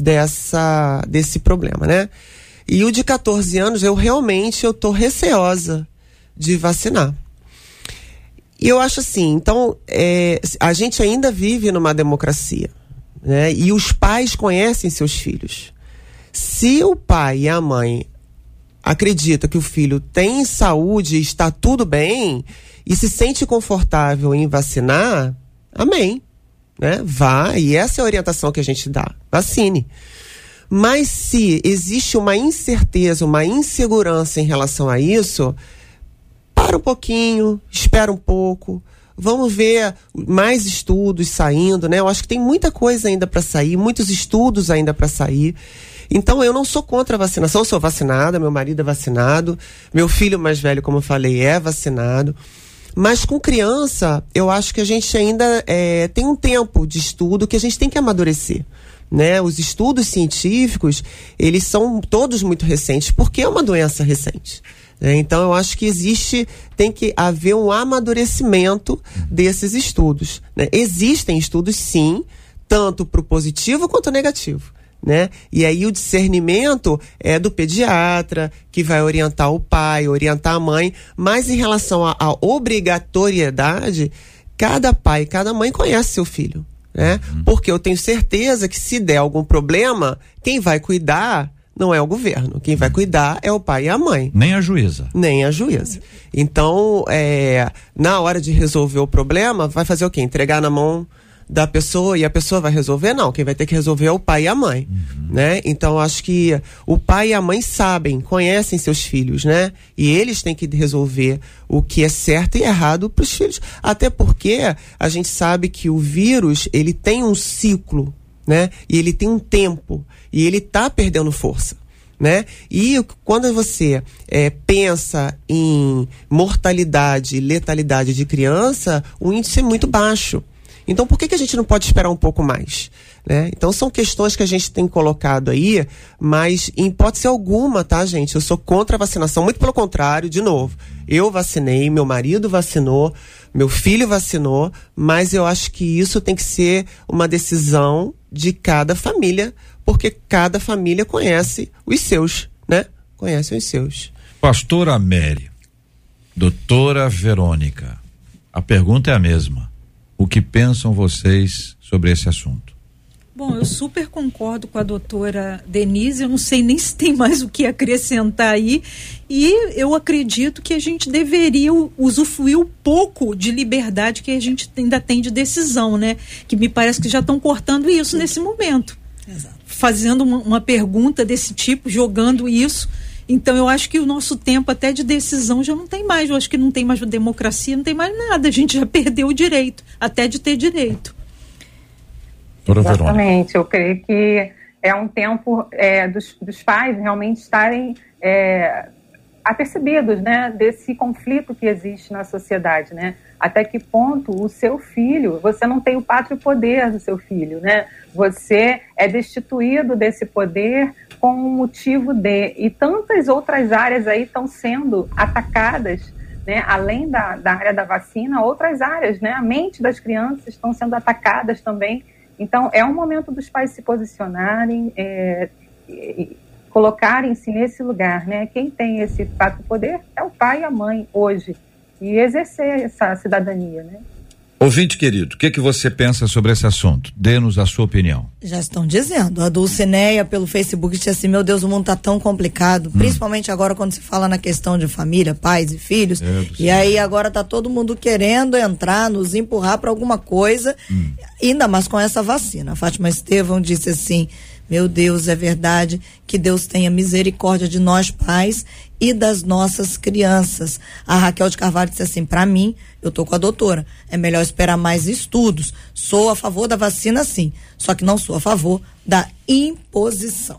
desse problema, né? E o de 14 anos, eu tô receosa de vacinar. E eu acho assim, então, a gente ainda vive numa democracia, né? E os pais conhecem seus filhos. Se o pai e a mãe acreditam que o filho tem saúde, está tudo bem, e se sente confortável em vacinar, amém. Né? Vá, e essa é a orientação que a gente dá, vacine. Mas se existe uma incerteza, uma insegurança em relação a isso, para um pouquinho, espera um pouco, vamos ver mais estudos saindo, né? Eu acho que tem muita coisa ainda para sair, muitos estudos ainda para sair. Então eu não sou contra a vacinação, eu sou vacinada, meu marido é vacinado, meu filho mais velho, como eu falei, é vacinado. Mas com criança, eu acho que a gente ainda tem um tempo de estudo que a gente tem que amadurecer, né? Os estudos científicos, eles são todos muito recentes, porque é uma doença recente, né? Então eu acho que tem que haver um amadurecimento desses estudos, né? Existem estudos sim, tanto para o positivo quanto o negativo, né? E aí o discernimento é do pediatra, que vai orientar o pai, orientar a mãe, mas em relação à obrigatoriedade, cada pai e cada mãe conhece seu filho, né? Porque eu tenho certeza que se der algum problema, quem vai cuidar não é o governo, quem vai cuidar é o pai e a mãe. Nem a juíza. Nem a juíza. Então, na hora de resolver o problema, vai fazer o quê? Entregar na mão da pessoa e a pessoa vai resolver? Não, quem vai ter que resolver é o pai e a mãe, né? Então acho que o pai e a mãe conhecem seus filhos, né? E eles têm que resolver o que é certo e errado para os filhos, até porque a gente sabe que o vírus, ele tem um ciclo, né? E ele tem um tempo, e ele tá perdendo força, né? E quando você pensa em mortalidade e letalidade de criança, o índice é muito baixo. Então, por que a gente não pode esperar um pouco mais? Né? Então, são questões que a gente tem colocado aí, mas em hipótese alguma, tá, gente? Eu sou contra a vacinação, muito pelo contrário, de novo. Eu vacinei, meu marido vacinou, meu filho vacinou, mas eu acho que isso tem que ser uma decisão de cada família, porque cada família conhece os seus, né? Conhece os seus. Pastora Mary, doutora Verônica, a pergunta é a mesma. O que pensam vocês sobre esse assunto? Bom, eu super concordo com a doutora Denise, eu não sei nem se tem mais o que acrescentar aí, e eu acredito que a gente deveria usufruir um pouco de liberdade que a gente ainda tem de decisão, né? Que me parece que já estão cortando isso nesse momento. Exato. Fazendo uma pergunta desse tipo, jogando isso. Então eu acho que o nosso tempo até de decisão já não tem mais, eu acho que não tem mais democracia, não tem mais nada, a gente já perdeu o direito, até de ter direito. Exatamente, eu creio que é um tempo dos pais realmente estarem apercebidos, né, desse conflito que existe na sociedade, né? Até que ponto o seu filho, você não tem o pátrio poder do seu filho, né? Você é destituído desse poder com o motivo e tantas outras áreas aí estão sendo atacadas, né? Além da área da vacina, outras áreas, né? A mente das crianças estão sendo atacadas também. Então, é um momento dos pais se posicionarem, colocarem-se nesse lugar, né? Quem tem esse fato poder é o pai e a mãe hoje, e exercer essa cidadania, né? Ouvinte querido, o que você pensa sobre esse assunto? Dê-nos a sua opinião. Já estão dizendo, a Dulcineia pelo Facebook disse assim, meu Deus, o mundo tá tão complicado, principalmente agora quando se fala na questão de família, pais e filhos, e aí agora tá todo mundo querendo entrar, nos empurrar para alguma coisa, ainda mais com essa vacina. A Fátima Estevão disse assim, meu Deus, é verdade, que Deus tenha misericórdia de nós pais e das nossas crianças. A Raquel de Carvalho disse assim, para mim, eu tô com a doutora, é melhor esperar mais estudos. Sou a favor da vacina sim, só que não sou a favor da imposição.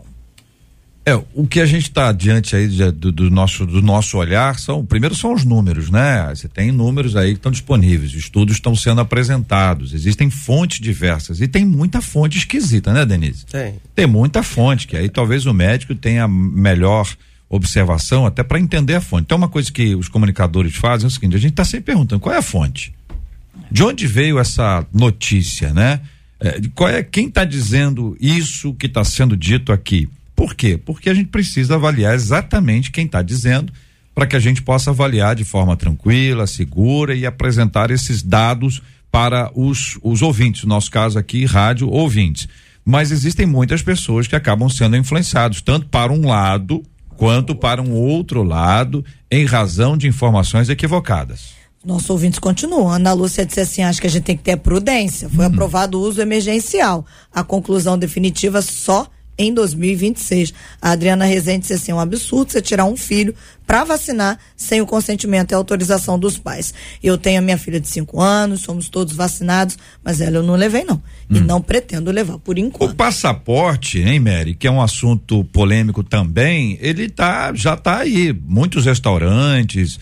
O que a gente está diante aí do nosso olhar primeiro são os números, né? Você tem números aí que estão disponíveis, estudos estão sendo apresentados, existem fontes diversas e tem muita fonte esquisita, né, Denise? Tem muita fonte, que aí talvez o médico tenha melhor observação até para entender a fonte. Então uma coisa que os comunicadores fazem é o seguinte, a gente está sempre perguntando qual é a fonte? De onde veio essa notícia, né? Quem está dizendo isso que está sendo dito aqui? Por quê? Porque a gente precisa avaliar exatamente quem está dizendo para que a gente possa avaliar de forma tranquila, segura e apresentar esses dados para os ouvintes, no nosso caso aqui, rádio ouvintes. Mas existem muitas pessoas que acabam sendo influenciados, tanto para um lado quanto para um outro lado, em razão de informações equivocadas. Nossos ouvintes continuam. Ana Lúcia disse assim, acho que a gente tem que ter prudência. Foi aprovado o uso emergencial. A conclusão definitiva só em 2026. A Adriana Rezende disse assim, é um absurdo você tirar um filho para vacinar sem o consentimento e autorização dos pais. Eu tenho a minha filha de 5 anos, somos todos vacinados, mas ela eu não levei não. E não pretendo levar por enquanto. O passaporte, hein, Mary, que é um assunto polêmico também, ele já tá aí. Muitos restaurantes,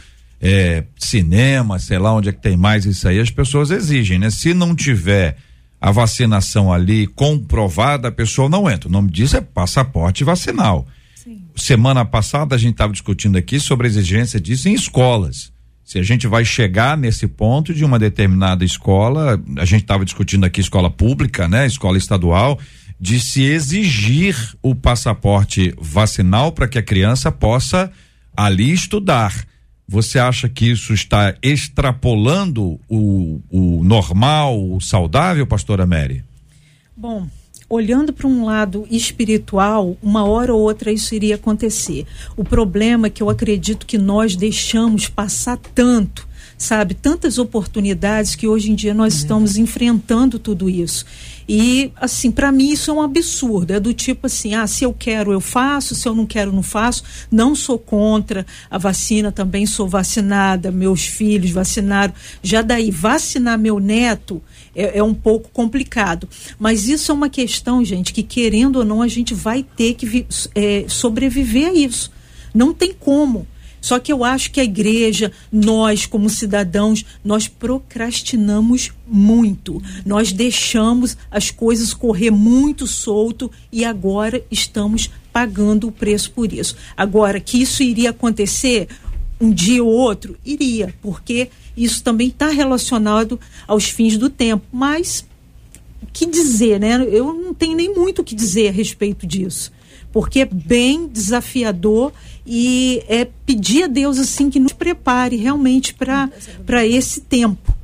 cinema, sei lá onde é que tem mais isso aí, as pessoas exigem, né? Se não tiver a vacinação ali comprovada, a pessoa não entra. O nome disso é passaporte vacinal. Sim. Semana passada a gente estava discutindo aqui sobre a exigência disso em escolas. Se a gente vai chegar nesse ponto de uma determinada escola, a gente estava discutindo aqui escola pública, né? Escola estadual, de se exigir o passaporte vacinal para que a criança possa ali estudar. Você acha que isso está extrapolando o normal, o saudável, pastora Mary? Bom, olhando para um lado espiritual, uma hora ou outra isso iria acontecer. O problema é que eu acredito que nós deixamos passar tanto, sabe? Tantas oportunidades que hoje em dia nós estamos enfrentando tudo isso. E, assim, para mim isso é um absurdo, é do tipo assim, se eu quero eu faço, se eu não quero não faço. Não sou contra a vacina, também sou vacinada, meus filhos vacinaram, já daí vacinar meu neto é um pouco complicado, mas isso é uma questão, gente, que querendo ou não a gente vai ter que sobreviver a isso, não tem como. Só que eu acho que a igreja, nós como cidadãos, nós procrastinamos muito. Nós deixamos as coisas correr muito solto e agora estamos pagando o preço por isso. Agora, que isso iria acontecer um dia ou outro? Iria, porque isso também está relacionado aos fins do tempo. Mas, o que dizer, né? Eu não tenho nem muito o que dizer a respeito disso. Porque é bem desafiador e é pedir a Deus assim que nos prepare realmente para esse tempo.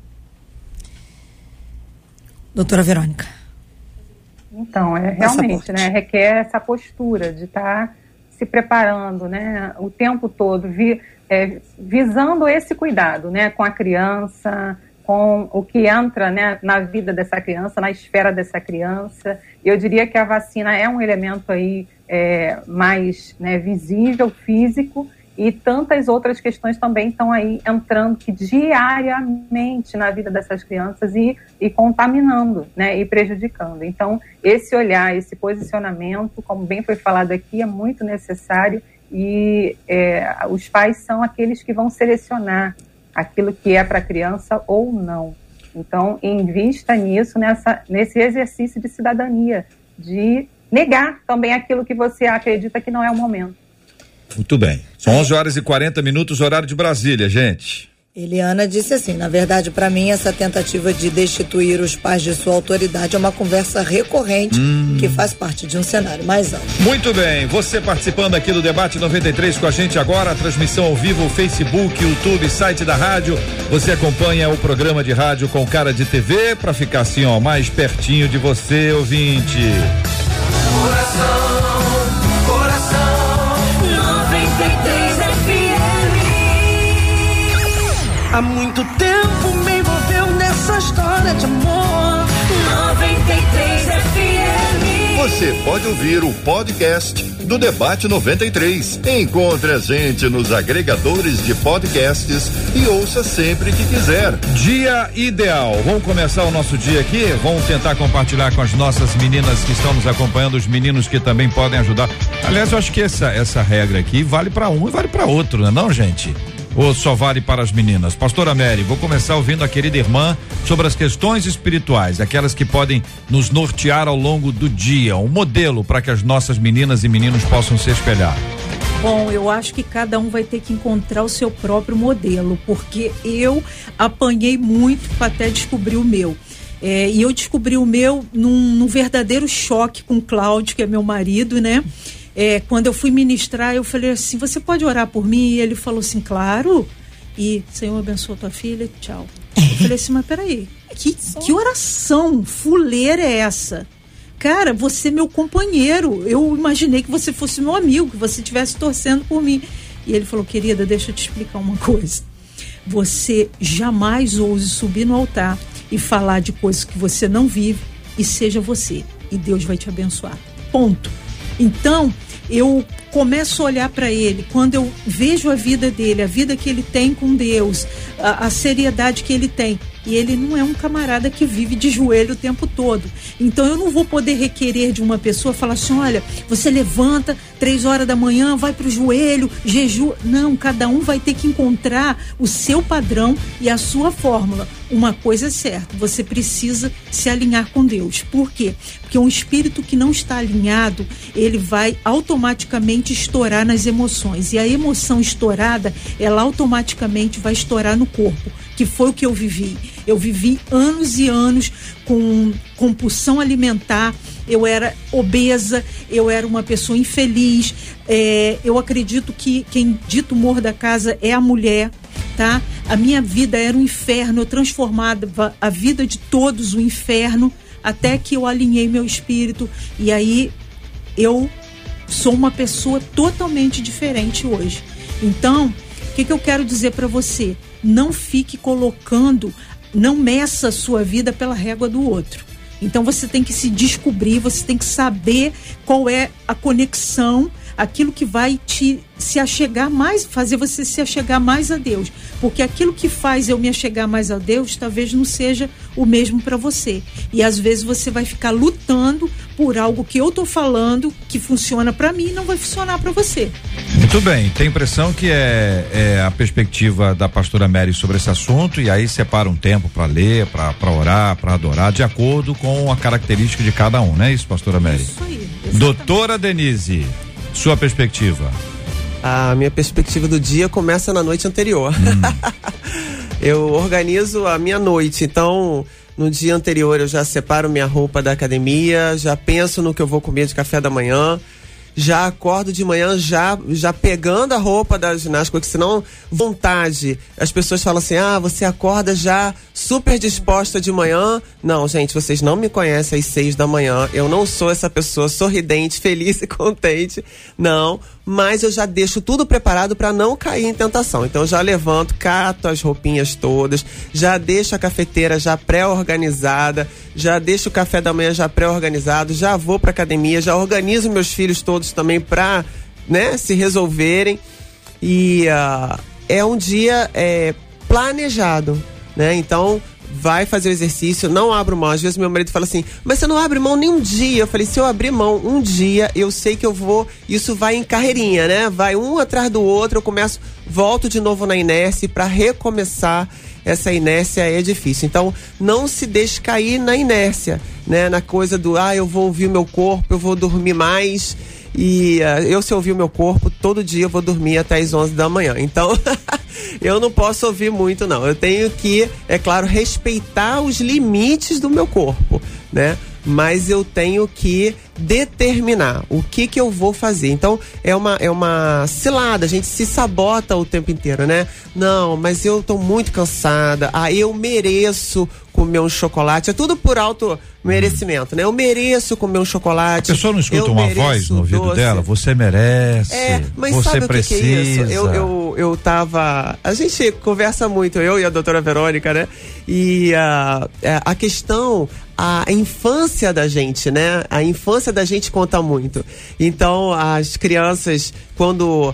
Doutora Verônica. Então, realmente, né, requer essa postura de estar se preparando, né, o tempo todo, visando esse cuidado, né, com a criança, com o que entra, né, na vida dessa criança, na esfera dessa criança. Eu diria que a vacina é um elemento aí mais, né, visível, físico, e tantas outras questões também estão aí entrando que diariamente na vida dessas crianças e contaminando, né, e prejudicando. Então, esse olhar, esse posicionamento, como bem foi falado aqui, é muito necessário, e os pais são aqueles que vão selecionar aquilo que é para a criança ou não. Então, invista nisso, nesse exercício de cidadania, de negar também aquilo que você acredita que não é o momento. Muito bem. São 11h40, horário de Brasília, gente. Eliana disse assim, na verdade, para mim, essa tentativa de destituir os pais de sua autoridade é uma conversa recorrente que faz parte de um cenário mais amplo. Muito bem, você participando aqui do Debate 93 com a gente agora, a transmissão ao vivo, Facebook, YouTube, site da rádio. Você acompanha o programa de rádio com cara de TV para ficar assim, ó, mais pertinho de você, ouvinte. Coração, 93 FM. Há muito tempo me envolveu nessa história de amor. 93 FM. Você pode ouvir o podcast do Debate 93. Encontre a gente nos agregadores de podcasts e ouça sempre que quiser. Dia ideal. Vamos começar o nosso dia aqui? Vamos tentar compartilhar com as nossas meninas que estão nos acompanhando, os meninos que também podem ajudar. Aliás, eu acho que essa regra aqui vale para um e vale para outro, né, não, gente? Ou só vale para as meninas? Pastora Mary, vou começar ouvindo a querida irmã sobre as questões espirituais, aquelas que podem nos nortear ao longo do dia, um modelo para que as nossas meninas e meninos possam se espelhar. Bom, eu acho que cada um vai ter que encontrar o seu próprio modelo, porque eu apanhei muito para até descobrir o meu. E eu descobri o meu num verdadeiro choque com o Cláudio, que é meu marido, né? Quando eu fui ministrar, eu falei assim, você pode orar por mim? E ele falou assim, claro. E Senhor abençoa tua filha, tchau. Eu falei assim, mas peraí, que oração fuleira é essa? Cara, você é meu companheiro, eu imaginei que você fosse meu amigo, que você estivesse torcendo por mim. E ele falou, querida, deixa eu te explicar uma coisa. Você jamais ouse subir no altar e falar de coisas que você não vive, e seja você, e Deus vai te abençoar. Ponto. Então, eu começo a olhar para ele, quando eu vejo a vida dele, a vida que ele tem com Deus, a seriedade que ele tem. E ele não é um camarada que vive de joelho o tempo todo. Então eu não vou poder requerer de uma pessoa, falar assim, olha, você levanta 3 horas da manhã, vai pro joelho, jejua. Não, cada um vai ter que encontrar o seu padrão e a sua fórmula. Uma coisa é certa, você precisa se alinhar com Deus. Por quê? Porque um espírito que não está alinhado, ele vai automaticamente estourar nas emoções. E a emoção estourada, ela automaticamente vai estourar no corpo, que foi o que eu vivi. Eu vivi anos e anos com compulsão alimentar, eu era obesa, eu era uma pessoa infeliz, eu acredito que quem dita o humor da casa é a mulher, tá? A minha vida era um inferno, eu transformava a vida de todos um inferno, até que eu alinhei meu espírito, e aí eu sou uma pessoa totalmente diferente hoje. Então, o que eu quero dizer para você? não fique colocando, não meça a sua vida pela régua do outro. Então você tem que se descobrir, você tem que saber qual é a conexão, aquilo que vai se achegar mais, fazer você se achegar mais a Deus. Porque aquilo que faz eu me achegar mais a Deus, talvez não seja o mesmo para você. E às vezes você vai ficar lutando por algo que eu tô falando, que funciona para mim e não vai funcionar para você. Muito bem, tem impressão que é a perspectiva da pastora Mary sobre esse assunto, e aí separa um tempo para ler, para orar, para adorar, de acordo com a característica de cada um, não é isso, pastora Mary? Isso aí. Exatamente. Doutora Denise, sua perspectiva? A minha perspectiva do dia começa na noite anterior. Eu organizo a minha noite, então no dia anterior eu já separo minha roupa da academia, já penso no que eu vou comer de café da manhã, já acordo de manhã já pegando a roupa da ginástica, porque senão vontade, as pessoas falam assim, você acorda já super disposta de manhã. Não, gente, vocês não me conhecem às 6 da manhã, eu não sou essa pessoa sorridente, feliz e contente, não, mas eu já deixo tudo preparado para não cair em tentação. Então eu já levanto, cato as roupinhas todas, já deixo a cafeteira já pré-organizada, já deixo o café da manhã já pré-organizado, já vou pra academia, já organizo meus filhos todos também pra, né, se resolverem. E é um dia planejado, né? Então vai fazer o exercício, não abro mão. Às vezes meu marido fala assim, mas você não abre mão nem um dia. Eu falei, se eu abrir mão um dia, eu sei que eu vou, isso vai em carreirinha, né? Vai um atrás do outro, eu começo, volto de novo na inércia, para recomeçar essa inércia é difícil. Então não se deixe cair na inércia, né? Na coisa do, eu vou ouvir o meu corpo, eu vou dormir mais. E se eu ouvir o meu corpo, todo dia eu vou dormir até as 11 da manhã. Então, eu não posso ouvir muito, não. Eu tenho que, é claro, respeitar os limites do meu corpo, né? Mas eu tenho que determinar o que eu vou fazer. Então, é uma cilada, a gente se sabota o tempo inteiro, né? Não, mas eu tô muito cansada, eu mereço comer um chocolate, é tudo por auto merecimento, né? Eu mereço comer um chocolate. A pessoa não escuta uma voz no ouvido dela? Você merece, mas você sabe precisa. O que é isso? Eu tava... A gente conversa muito, eu e a doutora Verônica, né? E a questão... A infância da gente, né? A infância da gente conta muito. Então, as crianças, quando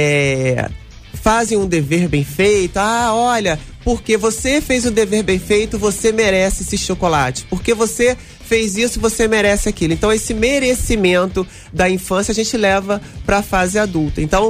fazem um dever bem feito, olha, porque você fez o dever bem feito, você merece esse chocolate. Porque você fez isso, você merece aquilo. Então, esse merecimento da infância a gente leva para a fase adulta. Então,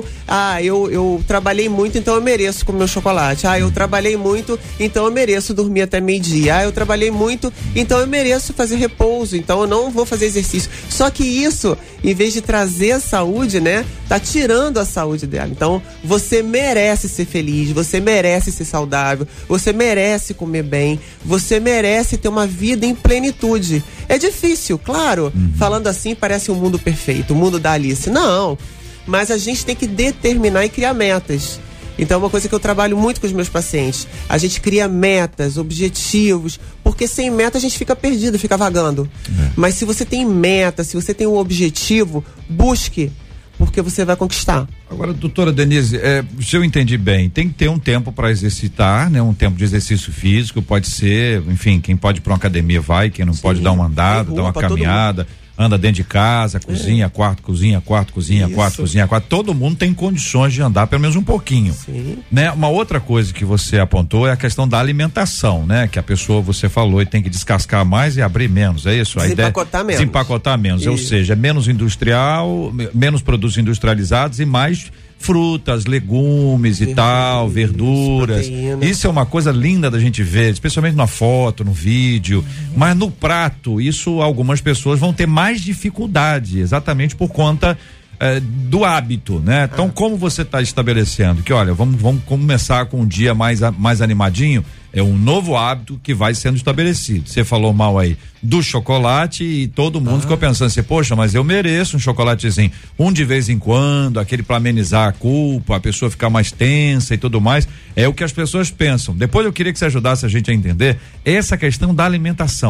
eu trabalhei muito, então eu mereço comer um chocolate. Eu trabalhei muito, então eu mereço dormir até meio-dia. Eu trabalhei muito, então eu mereço fazer repouso, então eu não vou fazer exercício. Só que isso, em vez de trazer a saúde, né, tá tirando a saúde dela. Então, você merece ser feliz, você merece ser saudável, você merece comer bem, você merece ter uma vida em plenitude. É difícil, claro. Falando assim, parece um mundo perfeito, o mundo da Alice. Não, mas a gente tem que determinar e criar metas. Então é uma coisa que eu trabalho muito com os meus pacientes. A gente cria metas, objetivos, porque sem meta a gente fica perdido, fica vagando. Mas se você tem meta, se você tem um objetivo, busque, porque você vai conquistar. Agora, doutora Denise, se eu entendi bem, tem que ter um tempo para exercitar, né? Um tempo de exercício físico, pode ser, enfim, quem pode ir para uma academia vai, quem não pode dar uma andada, dar uma caminhada, anda dentro de casa, cozinha, quarto, cozinha, quarto, cozinha, quarto, cozinha, quarto. Todo mundo tem condições de andar pelo menos um pouquinho. Sim. Né? Uma outra coisa que você apontou é a questão da alimentação, né? Que a pessoa, você falou, tem que descascar mais e abrir menos, é isso? Desempacotar menos. Desempacotar menos, ou seja, menos industrial, menos produtos industrializados e mais frutas, legumes e tal, verduras. Proteína. Isso é uma coisa linda da gente ver, especialmente na foto, no vídeo, mas no prato, isso algumas pessoas vão ter mais dificuldade, exatamente por conta do hábito, né? Então, como você está estabelecendo que, olha, vamos começar com um dia mais animadinho, é um novo hábito que vai sendo estabelecido. Você falou mal aí do chocolate e todo mundo ficou pensando assim, poxa, mas eu mereço um chocolatezinho, de vez em quando, aquele para amenizar a culpa, a pessoa ficar mais tensa e tudo mais, é o que as pessoas pensam. Depois eu queria que você ajudasse a gente a entender essa questão da alimentação.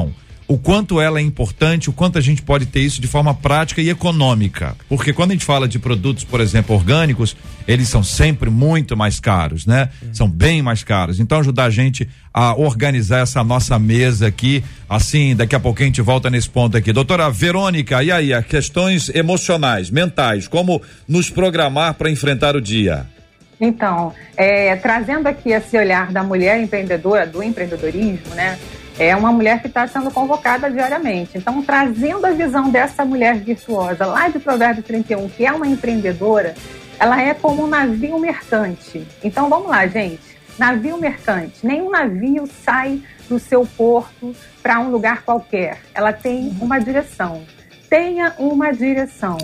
o quanto ela é importante, o quanto a gente pode ter isso de forma prática e econômica. Porque quando a gente fala de produtos, por exemplo, orgânicos, eles são sempre muito mais caros, né? São bem mais caros. Então, ajudar a gente a organizar essa nossa mesa aqui, assim, daqui a pouco a gente volta nesse ponto aqui. Doutora Verônica, e aí, as questões emocionais, mentais, como nos programar para enfrentar o dia? Então, trazendo aqui esse olhar da mulher empreendedora, do empreendedorismo, né? É uma mulher que está sendo convocada diariamente. Então, trazendo a visão dessa mulher virtuosa lá de Provérbios 31, que é uma empreendedora, ela é como um navio mercante. Então, vamos lá, gente. Navio mercante. Nenhum navio sai do seu porto para um lugar qualquer. Ela tem uma direção. Tenha uma direção.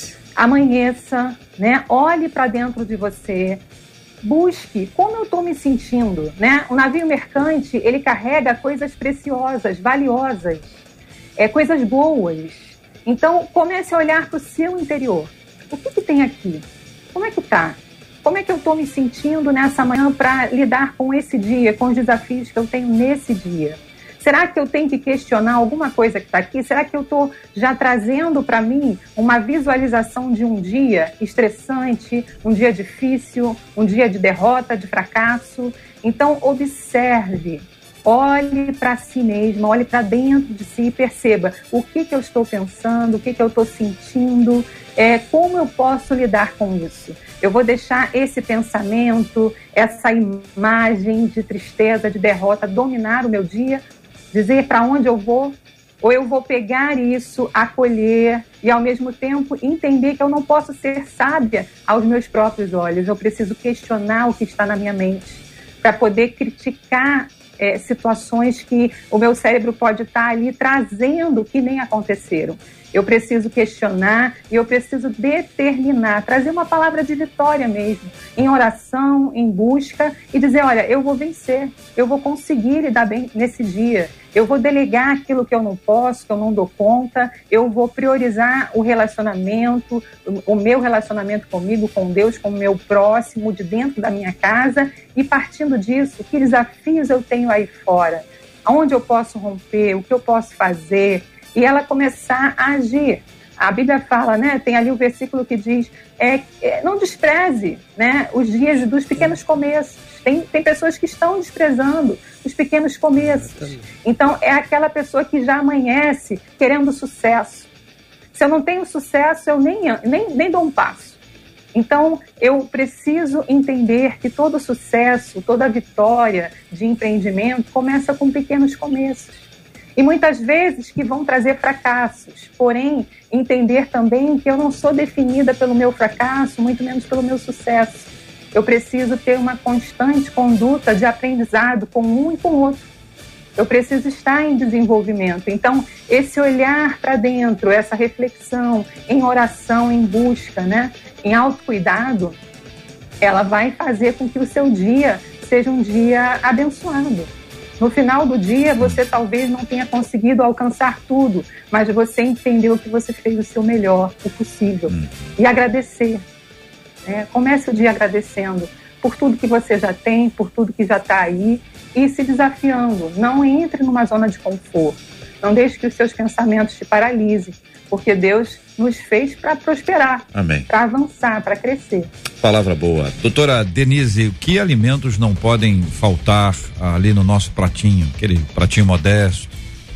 Amanheça, né? Olhe para dentro de você. Busque como eu estou me sentindo, né? O navio mercante, ele carrega coisas preciosas, valiosas, coisas boas. Então, comece a olhar para o seu interior. O que tem aqui? Como é que tá? Como é que eu estou me sentindo nessa manhã para lidar com esse dia, com os desafios que eu tenho nesse dia? Será que eu tenho que questionar alguma coisa que está aqui? Será que eu estou já trazendo para mim uma visualização de um dia estressante, um dia difícil, um dia de derrota, de fracasso? Então, observe, olhe para si mesma, olhe para dentro de si e perceba o que eu estou pensando, o que eu estou sentindo, como eu posso lidar com isso. Eu vou deixar esse pensamento, essa imagem de tristeza, de derrota dominar o meu dia, dizer para onde eu vou, ou eu vou pegar isso, acolher e ao mesmo tempo entender que eu não posso ser sábia aos meus próprios olhos. Eu preciso questionar o que está na minha mente para poder criticar situações que o meu cérebro pode estar ali trazendo que nem aconteceram. Eu preciso questionar e eu preciso determinar, trazer uma palavra de vitória mesmo, em oração, em busca e dizer, olha, eu vou vencer, eu vou conseguir lidar bem nesse dia, eu vou delegar aquilo que eu não posso, que eu não dou conta, eu vou priorizar o relacionamento, o meu relacionamento comigo, com Deus, com o meu próximo, de dentro da minha casa e partindo disso, que desafios eu tenho aí fora, aonde eu posso romper, o que eu posso fazer, e ela começar a agir. A Bíblia fala, né? Tem ali o versículo que diz, não despreze, né, os dias dos pequenos começos. Tem pessoas que estão desprezando os pequenos começos. Então, é aquela pessoa que já amanhece querendo sucesso. Se eu não tenho sucesso, eu nem dou um passo. Então, eu preciso entender que todo sucesso, toda vitória de empreendimento começa com pequenos começos. E muitas vezes que vão trazer fracassos, porém, entender também que eu não sou definida pelo meu fracasso, muito menos pelo meu sucesso. Eu preciso ter uma constante conduta de aprendizado com um e com o outro. Eu preciso estar em desenvolvimento. Então, esse olhar para dentro, essa reflexão em oração, em busca, né, em autocuidado, ela vai fazer com que o seu dia seja um dia abençoado. No final do dia, você talvez não tenha conseguido alcançar tudo, mas você entendeu que você fez o seu melhor, o possível. E agradecer. Comece o dia agradecendo por tudo que você já tem, por tudo que já está aí, e se desafiando. Não entre numa zona de conforto. Não deixe que os seus pensamentos te paralisem, porque Deus nos fez para prosperar, para avançar, para crescer. Palavra boa. Doutora Denise, que alimentos não podem faltar ali no nosso pratinho, aquele pratinho modesto?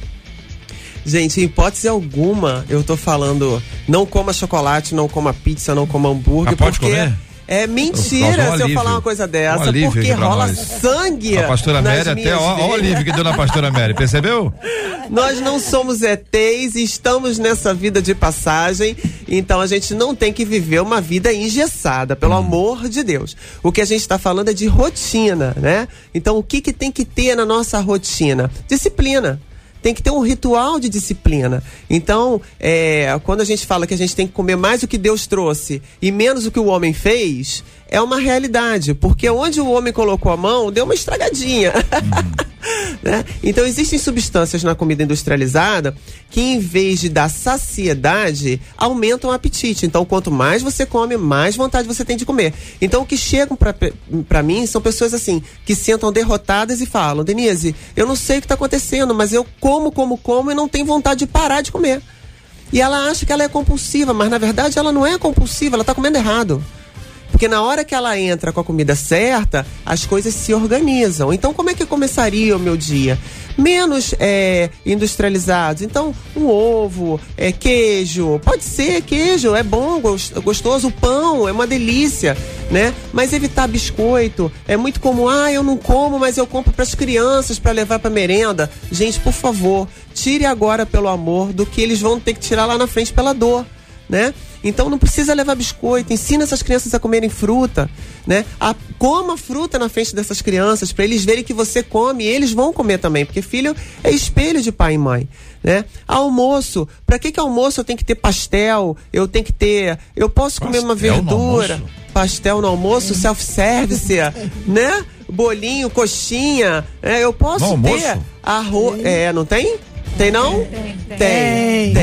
Gente, em hipótese alguma, eu tô falando, não coma chocolate, não coma pizza, não coma hambúrguer, pode porque comer? É mentira se eu falar uma coisa dessa, porque rola sangue. A pastora Mary até, ó o alívio que deu na pastora Mary, percebeu? Nós não somos ETs, estamos nessa vida de passagem, então a gente não tem que viver uma vida engessada, pelo amor de Deus. O que a gente está falando é de rotina, né? Então o que tem que ter na nossa rotina? Disciplina. Tem que ter um ritual de disciplina. Então, quando a gente fala que a gente tem que comer mais do que Deus trouxe e menos do que o homem fez, é uma realidade. Porque onde o homem colocou a mão, deu uma estragadinha. Né? Então existem substâncias na comida industrializada que, em vez de dar saciedade, aumentam o apetite. Então, quanto mais você come, mais vontade você tem de comer. Então, o que chegam pra mim são pessoas assim, que sentam derrotadas e falam: Denise, eu não sei o que está acontecendo, mas eu como e não tenho vontade de parar de comer. E ela acha que ela é compulsiva, mas na verdade ela não é compulsiva, ela está comendo errado. Porque na hora que ela entra com a comida certa, as coisas se organizam. Então, como é que começaria o meu dia? Menos industrializados. Então, um ovo, queijo. Pode ser queijo, é bom, gostoso. O pão é uma delícia, né? Mas evitar biscoito. É muito comum, eu não como, mas eu compro para as crianças para levar para merenda. Gente, por favor, tire agora pelo amor do que eles vão ter que tirar lá na frente pela dor, né? Então não precisa levar biscoito, ensina essas crianças a comerem fruta, né? Coma fruta na frente dessas crianças, para eles verem que você come e eles vão comer também, porque filho é espelho de pai e mãe, né? Almoço, para que almoço eu tenho que ter pastel, eu posso comer uma verdura, pastel no almoço, self-service, né? Bolinho, coxinha, eu posso ter arroz, não tem? Tem não? Tem.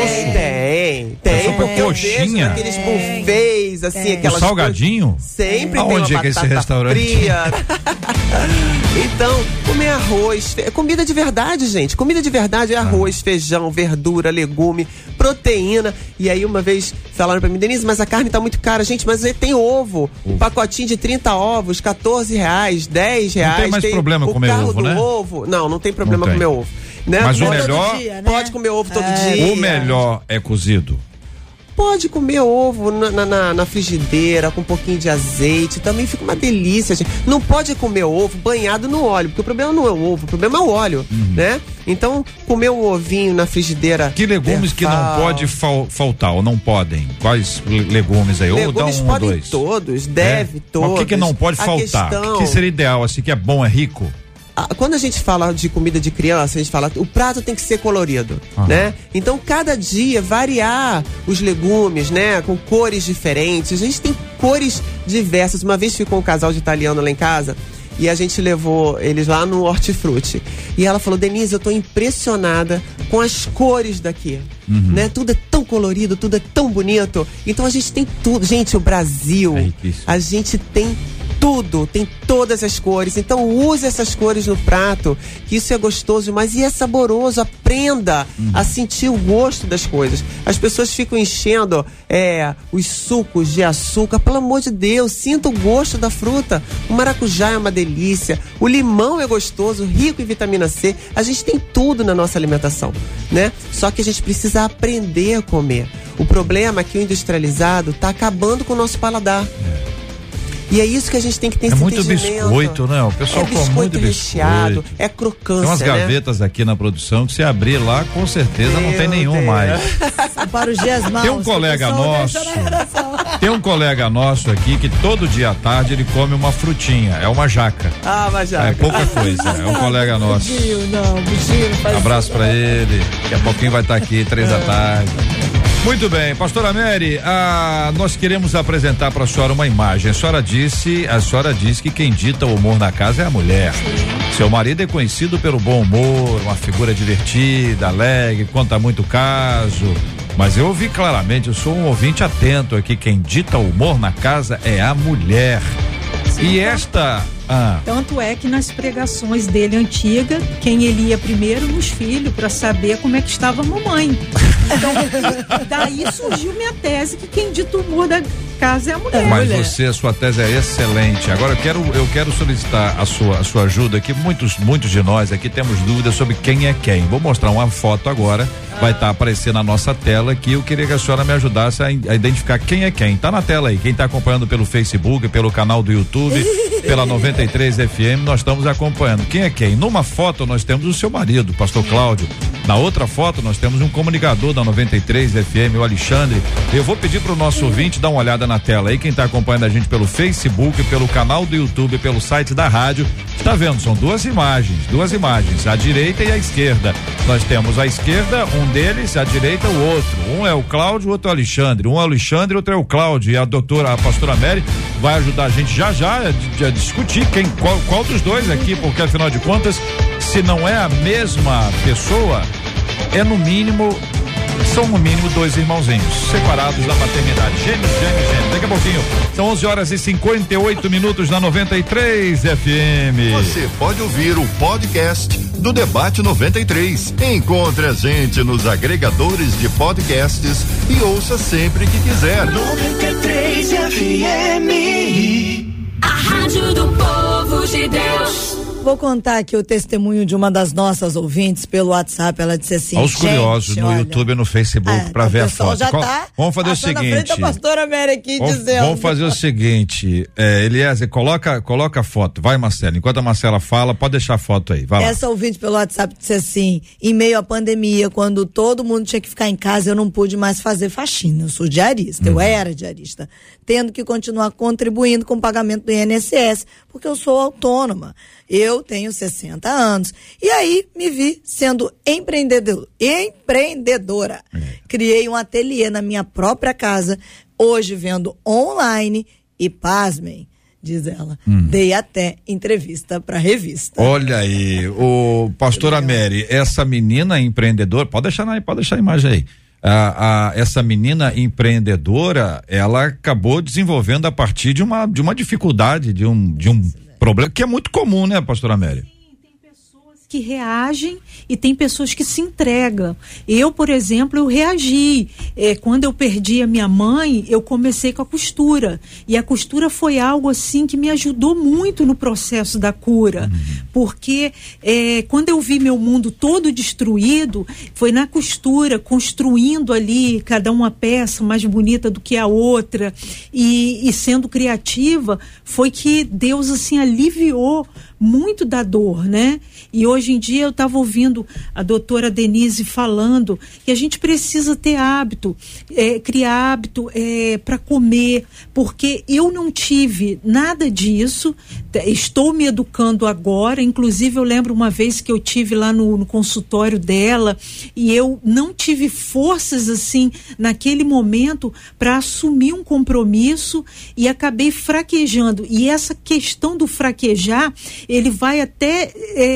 Porque coxinha. Aqueles buffets, assim, aquelas salgadinho? Sempre aonde tem é que é esse restaurante? Fria. Então, comer arroz, comida de verdade, gente. Comida de verdade é arroz, feijão, verdura, legume, proteína. E aí uma vez falaram pra mim: Denise, mas a carne tá muito cara. Gente, mas tem ovo. Um pacotinho de 30 ovos, R$14, R$10. Não tem mais problema comer ovo, né? Ovo. Não tem problema comer ovo. Né? Mas o melhor... dia, né? Pode comer ovo todo dia. O melhor é cozido. Pode comer ovo na frigideira com um pouquinho de azeite, também fica uma delícia, gente. Não pode comer ovo banhado no óleo, porque o problema não é o ovo, o problema é o óleo, né? Então, comer um ovinho na frigideira... Que legumes que não pode faltar ou não podem? Quais legumes aí? Legumes ou dá um podem ou dois? todos, deve todos. Mas o que não pode faltar? O que seria ideal, assim, que é bom, é rico? Quando a gente fala de comida de criança, a gente fala o prato tem que ser colorido, né? Então, cada dia variar os legumes, né? Com cores diferentes. A gente tem cores diversas. Uma vez ficou um casal de italiano lá em casa e a gente levou eles lá no Hortifruti. E ela falou: Denise, eu tô impressionada com as cores daqui, né? Tudo é tão colorido, tudo é tão bonito. Então, a gente tem tudo. Gente, o Brasil, a gente tem tudo, tem todas as cores. Então use essas cores no prato, que isso é gostoso demais e é saboroso. Aprenda a sentir o gosto das coisas. As pessoas ficam enchendo os sucos de açúcar. Pelo amor de Deus, sinta o gosto da fruta. O maracujá é uma delícia, o limão é gostoso, rico em vitamina C. A gente tem tudo na nossa alimentação, né? Só que a gente precisa aprender a comer. O problema é que o industrializado está acabando com o nosso paladar. E é isso que a gente tem que ter esse muito entendimento. Biscoito, né? O pessoal come muito recheado, biscoito. é crocância, tem umas gavetas aqui na produção que se abrir lá, com certeza não tem nenhum mais. Para os dias maus. Tem um colega nosso aqui que todo dia à tarde ele come uma frutinha, é uma jaca. Uma jaca. É pouca coisa, é um colega nosso. Bichinho. Abraço pra ele, daqui a pouquinho vai estar aqui 3 da tarde. Muito bem, pastora Mary, nós queremos apresentar para a senhora uma imagem. A senhora disse que quem dita o humor na casa é a mulher. Seu marido é conhecido pelo bom humor, uma figura divertida, alegre, conta muito caso. Mas eu ouvi claramente, eu sou um ouvinte atento aqui, quem dita o humor na casa é a mulher. Sim, e esta... Tanto é que nas pregações dele antiga, quem ele ia primeiro nos filhos para saber como é que estava a mamãe. Então, daí surgiu minha tese que quem dita o humor da casa é a mulher. Mas a sua tese é excelente. Agora eu quero solicitar a sua ajuda aqui. Muitos de nós aqui temos dúvidas sobre quem é quem. Vou mostrar uma foto agora, vai estar aparecendo na nossa tela aqui. Eu queria que a senhora me ajudasse a identificar quem é quem. Tá na tela aí, quem tá acompanhando pelo Facebook, pelo canal do YouTube, pela 93 FM, nós estamos acompanhando. Quem é quem? Numa foto nós temos o seu marido, pastor Cláudio, Na outra foto nós temos um comunicador da 93 FM, o Alexandre. Eu vou pedir pro nosso ouvinte dar uma olhada na tela aí, quem tá acompanhando a gente pelo Facebook, pelo canal do YouTube, pelo site da rádio, está vendo, são duas imagens, a direita e a esquerda. Nós temos a esquerda, um deles, a direita o outro. Um é o Cláudio, o outro é o Alexandre. Um é o Alexandre, outro é o Cláudio. E a pastora Mary vai ajudar a gente já a discutir qual dos dois aqui, porque afinal de contas, se não é a mesma pessoa, são no mínimo dois irmãozinhos, separados da maternidade. Gêmeos. Daqui a pouquinho, são 11h58 na 93 FM. Você pode ouvir o podcast do Debate 93. Encontre a gente nos agregadores de podcasts e ouça sempre que quiser. 93 FM. A rádio do povo de Deus. Vou contar aqui o testemunho de uma das nossas ouvintes pelo WhatsApp. Ela disse assim: aos curiosos no YouTube e no Facebook para ver a foto. Já tá vamos fazer o seguinte. A pastora Mary aqui dizendo. Vamos fazer o seguinte, Eliezer, coloca a foto. Vai, Marcela. Enquanto a Marcela fala, pode deixar a foto aí. Vai lá. Essa ouvinte pelo WhatsApp disse assim: em meio à pandemia, quando todo mundo tinha que ficar em casa, eu não pude mais fazer faxina. Eu sou diarista, eu era diarista, tendo que continuar contribuindo com o pagamento do INSS, porque eu sou autônoma. Eu tenho 60 anos. E aí me vi sendo empreendedora. Criei um ateliê na minha própria casa, hoje vendo online e, pasmem, diz ela, dei até entrevista para revista. Olha aí, o pastora Mary, essa menina empreendedora, pode deixar a imagem aí. Essa menina empreendedora, ela acabou desenvolvendo a partir de uma dificuldade, de um problema que é muito comum, né, pastora Mary? Tem pessoas que reagem e tem pessoas que se entregam. Eu, por exemplo, eu reagi. Quando eu perdi a minha mãe, eu comecei com a costura. E a costura foi algo assim que me ajudou muito no processo da cura. Porque quando eu vi meu mundo todo destruído, foi na costura, construindo ali cada uma peça mais bonita do que a outra e sendo criativa, foi que Deus assim aliviou muito da dor, né? E hoje em dia eu estava ouvindo a doutora Denise falando que a gente precisa ter hábito, criar hábito para comer, porque eu não tive nada disso, estou me educando agora. Inclusive eu lembro uma vez que eu tive lá no consultório dela e eu não tive forças assim naquele momento para assumir um compromisso e acabei fraquejando. E essa questão do fraquejar, ele vai até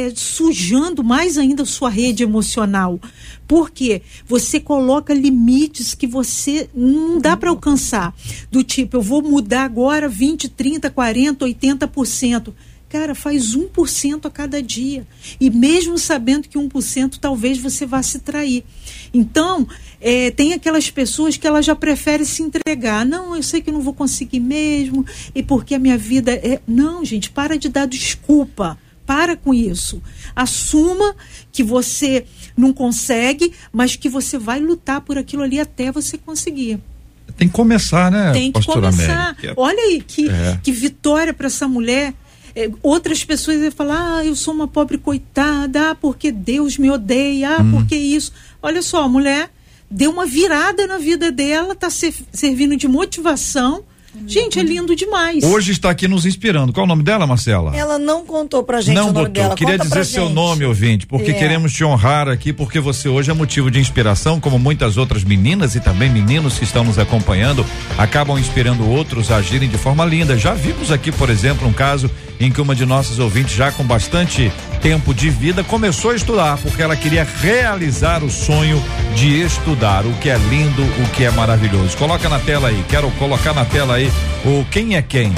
sujando mais ainda a sua rede emocional. Por quê? Você coloca limites que você não dá para alcançar. Do tipo, eu vou mudar agora 20, 30, 40, 80%. Cara, faz 1% a cada dia. E mesmo sabendo que 1% talvez você vá se trair. Então, tem aquelas pessoas que elas já preferem se entregar. Não, eu sei que não vou conseguir mesmo, e porque a minha vida é... Não, gente, para de dar desculpa. Para com isso. Assuma que você não consegue, mas que você vai lutar por aquilo ali até você conseguir. Tem que começar, né, Tem que começar. Olha aí, que vitória para essa mulher. Outras pessoas vão falar: eu sou uma pobre coitada, porque Deus me odeia, porque isso. Olha só, a mulher deu uma virada na vida dela, está servindo de motivação. Gente, é lindo demais. Hoje está aqui nos inspirando. Qual é o nome dela, Marcela? Ela não contou pra gente o nome dela. Queria dizer seu nome, ouvinte, porque queremos te honrar aqui, porque você hoje é motivo de inspiração, como muitas outras meninas e também meninos que estão nos acompanhando, acabam inspirando outros a agirem de forma linda. Já vimos aqui, por exemplo, um caso em que uma de nossas ouvintes, já com bastante tempo de vida, começou a estudar, porque ela queria realizar o sonho de estudar, o que é lindo, o que é maravilhoso. Coloca na tela aí, quero colocar na tela aí o quem é quem.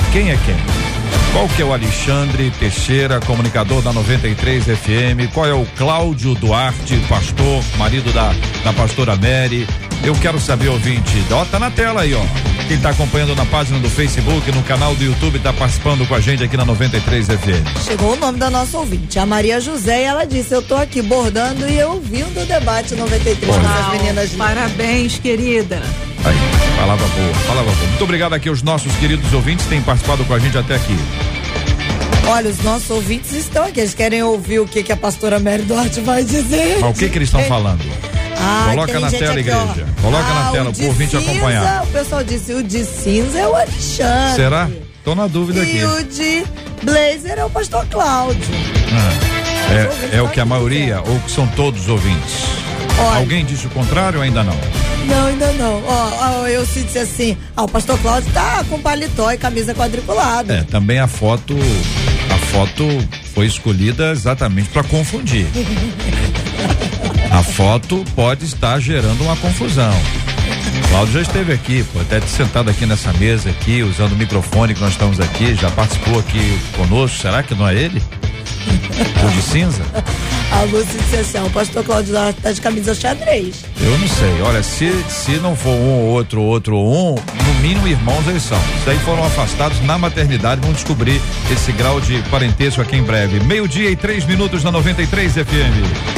Qual que é o Alexandre Teixeira, comunicador da 93 FM? Qual é o Cláudio Duarte, pastor, marido da pastora Mary? Eu quero saber, ouvinte. Tá na tela aí, ó. Quem tá acompanhando na página do Facebook, no canal do YouTube, tá participando com a gente aqui na 93 FM. Chegou o nome da nossa ouvinte, a Maria José, e ela disse: eu tô aqui bordando e ouvindo o debate 93 com as meninas. Parabéns, querida. Aí, palavra boa. Muito obrigado aqui aos nossos queridos ouvintes que têm participado com a gente até aqui. Olha, os nossos ouvintes estão aqui, eles querem ouvir o que a pastora Mary Duarte vai dizer. Mas o que eles estão falando? Coloca na tela, aqui, igreja. Coloca na tela pro ouvinte acompanhar. O pessoal disse, o de cinza é o Alexandre. Será? Tô na dúvida aqui. E o de blazer é o pastor Cláudio. É o que a maioria, ou que são todos os ouvintes? Olha, alguém disse o contrário ou ainda não? Não, ainda não. Eu se disse assim, o pastor Cláudio tá com paletó e camisa quadriculada. Também a foto foi escolhida exatamente para confundir. A foto pode estar gerando uma confusão. Cláudio já esteve aqui, até sentado aqui nessa mesa aqui, usando o microfone que nós estamos aqui, já participou aqui conosco. Será que não é ele? O de cinza? A Lúcia disse assim, o pastor Cláudio tá de camisa xadrez. Eu não sei, olha, se não for um ou outro ou um, no mínimo irmãos eles são. Isso aí foram afastados na maternidade, vão descobrir esse grau de parentesco aqui em breve. 12:03 na 93 FM.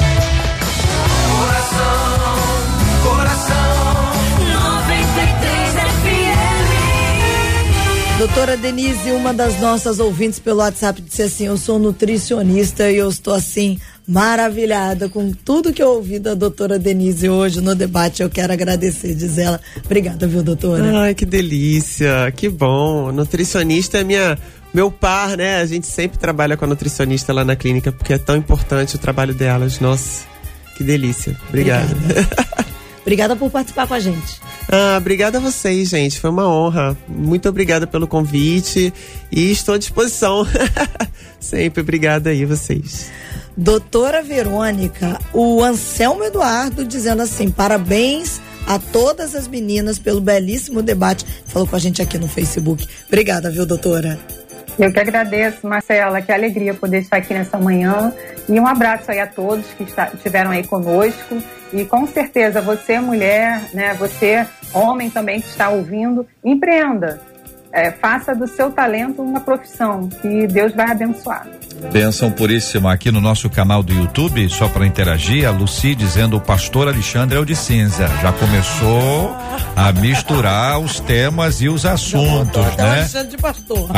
Doutora Denise, uma das nossas ouvintes pelo WhatsApp, disse assim, eu sou nutricionista e eu estou assim, maravilhada com tudo que eu ouvi da doutora Denise hoje no debate. Eu quero agradecer, diz ela. Obrigada, viu, doutora? Ai, que delícia, que bom. Nutricionista é meu par, né? A gente sempre trabalha com a nutricionista lá na clínica, porque é tão importante o trabalho delas. Nossa, que delícia. Obrigada. Obrigada por participar com a gente. Obrigada a vocês, gente. Foi uma honra. Muito obrigada pelo convite e estou à disposição. Sempre obrigada aí vocês. Doutora Verônica, o Anselmo Eduardo dizendo assim, parabéns a todas as meninas pelo belíssimo debate. Falou com a gente aqui no Facebook. Obrigada, viu, doutora? Eu que agradeço, Marcela, que alegria poder estar aqui nessa manhã. E um abraço aí a todos que estiveram aí conosco. E com certeza, você mulher, né, você homem também que está ouvindo, empreenda. Faça do seu talento uma profissão que Deus vai abençoar. Bênção puríssima aqui no nosso canal do YouTube, só para interagir, a Lucy dizendo o pastor Alexandre é o de cinza. Já começou a misturar os temas e os assuntos, né? Alexandre de pastor.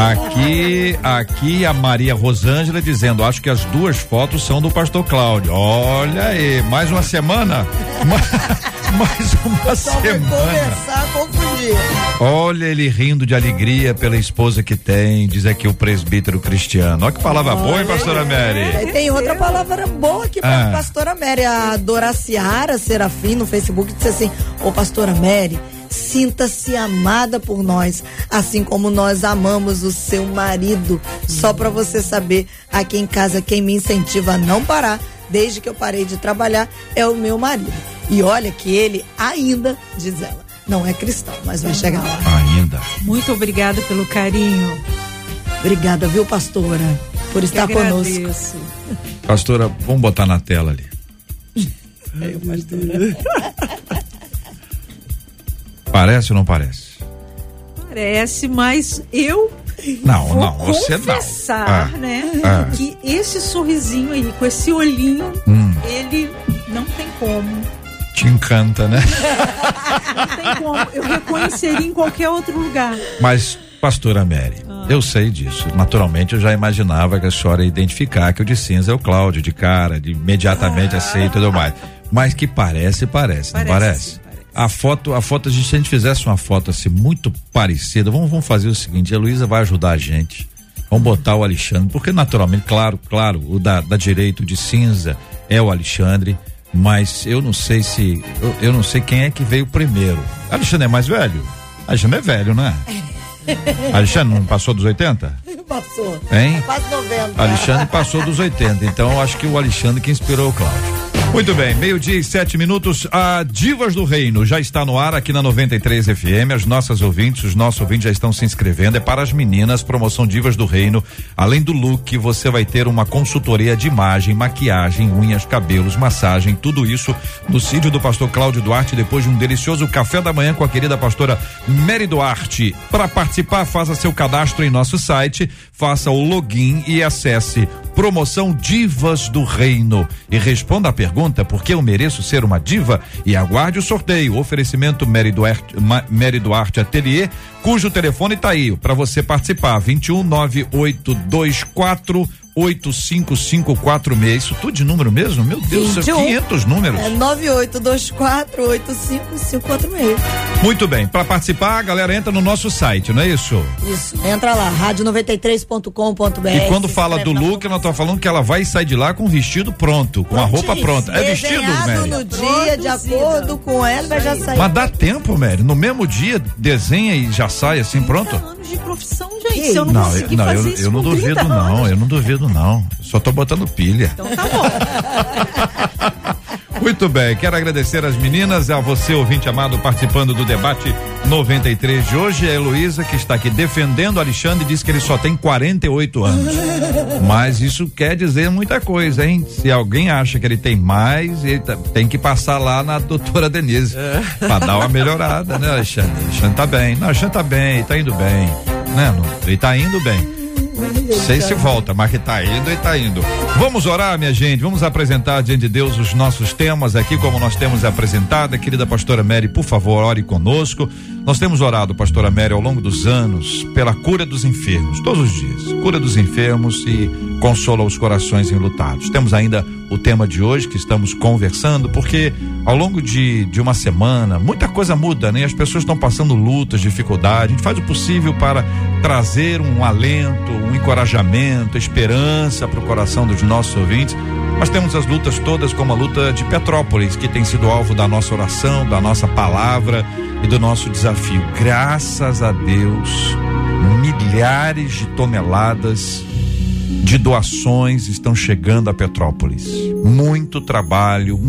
Aqui a Maria Rosângela dizendo, acho que as duas fotos são do pastor Cláudio. Olha aí, mais uma semana? Mais uma semana. Começar a confundir. Olha ele rindo de alegria pela esposa que tem, diz aqui o presbítero Cristiano. Olha que palavra boa, hein, pastora Mary? Tem outra palavra boa aqui pra pastora Mary, a Doraciara Serafim no Facebook disse assim, pastora Mary, sinta-se amada por nós, assim como nós amamos o seu marido. Só pra você saber, aqui em casa quem me incentiva a não parar, desde que eu parei de trabalhar, é o meu marido. E olha que ele ainda, diz ela, não é cristão, mas vai chegar lá. Ainda. Muito obrigada pelo carinho. Obrigada, viu, pastora, por estar conosco. Pastora, vamos botar na tela ali. Pastora. Parece ou não parece? Parece, mas eu não, você não. Confessar, né, que esse sorrisinho aí, com esse olhinho, ele não tem como. Te encanta, né? Não tem como. Eu reconheceria em qualquer outro lugar. Mas, pastora Mary, eu sei disso. Naturalmente, eu já imaginava que a senhora ia identificar que o de cinza é o Cláudio, de cara, de imediatamente aceito e tudo mais. Mas que parece, não parece? A foto, se a gente fizesse uma foto assim, muito parecida, vamos fazer o seguinte, a Luísa vai ajudar a gente. Vamos botar o Alexandre, porque naturalmente, claro, o da direito de cinza é o Alexandre, mas eu não sei quem é que veio primeiro. Alexandre é mais velho? Alexandre é velho, não é? Alexandre não passou dos 80? Passou. Hein? Quase 90. Alexandre passou dos 80, então eu acho que o Alexandre que inspirou o Cláudio. Muito bem, 12:07, a Divas do Reino já está no ar aqui na 93 FM, os nossos ouvintes já estão se inscrevendo, é para as meninas, promoção Divas do Reino, além do look, você vai ter uma consultoria de imagem, maquiagem, unhas, cabelos, massagem, tudo isso no sítio do pastor Cláudio Duarte, depois de um delicioso café da manhã com a querida pastora Mary Duarte. Para participar, faça seu cadastro em nosso site, faça o login e acesse promoção Divas do Reino. E responda a pergunta: por que eu mereço ser uma diva? E aguarde o sorteio. Oferecimento Mary Duarte Atelier, cujo telefone tá aí para você participar: 219824 85546. Isso tudo de número mesmo? Meu Deus, 500 números. 9824855546. Muito bem, para participar a galera entra no nosso site, não é isso? Isso, entra lá, rádio93.com.br. E quando fala do look, nós estamos falando que ela vai sair de lá com o vestido pronto, com a roupa pronta. É vestido, Mary? No dia, de acordo com ela, vai já sair. Mas dá tempo, Mary? No mesmo dia, desenha e já sai assim pronto? 30 anos de profissão, gente. Eu não consegui fazer isso. Eu não duvido, não. Eu não duvido, não. Só tô botando pilha. Então tá bom. Muito bem, quero agradecer às meninas, a você, ouvinte amado, participando do debate 93 de hoje. A Heloísa, que está aqui defendendo o Alexandre, diz que ele só tem 48 anos. Mas isso quer dizer muita coisa, hein? Se alguém acha que ele tem mais, ele tem que passar lá na doutora Denise pra dar uma melhorada, né, Alexandre? Alexandre tá bem. Não, Alexandre tá bem, ele tá indo bem, né? Ele tá indo bem. Sei se volta, mas que tá indo e tá indo. Vamos orar, minha gente, vamos apresentar diante de Deus os nossos temas aqui, como nós temos apresentado. Querida pastora Mary, por favor, ore conosco. Nós temos orado, pastora Mary, ao longo dos anos, pela cura dos enfermos, todos os dias. Cura dos enfermos e consola os corações enlutados. Temos ainda o tema de hoje que estamos conversando, porque ao longo de uma semana, muita coisa muda, né? As pessoas estão passando lutas, dificuldades. A gente faz o possível para trazer um alento, um encorajamento, esperança para o coração dos nossos ouvintes. Mas temos as lutas todas, como a luta de Petrópolis, que tem sido alvo da nossa oração, da nossa palavra e do nosso desafio. Graças a Deus, milhares de toneladas de doações estão chegando a Petrópolis. Muito trabalho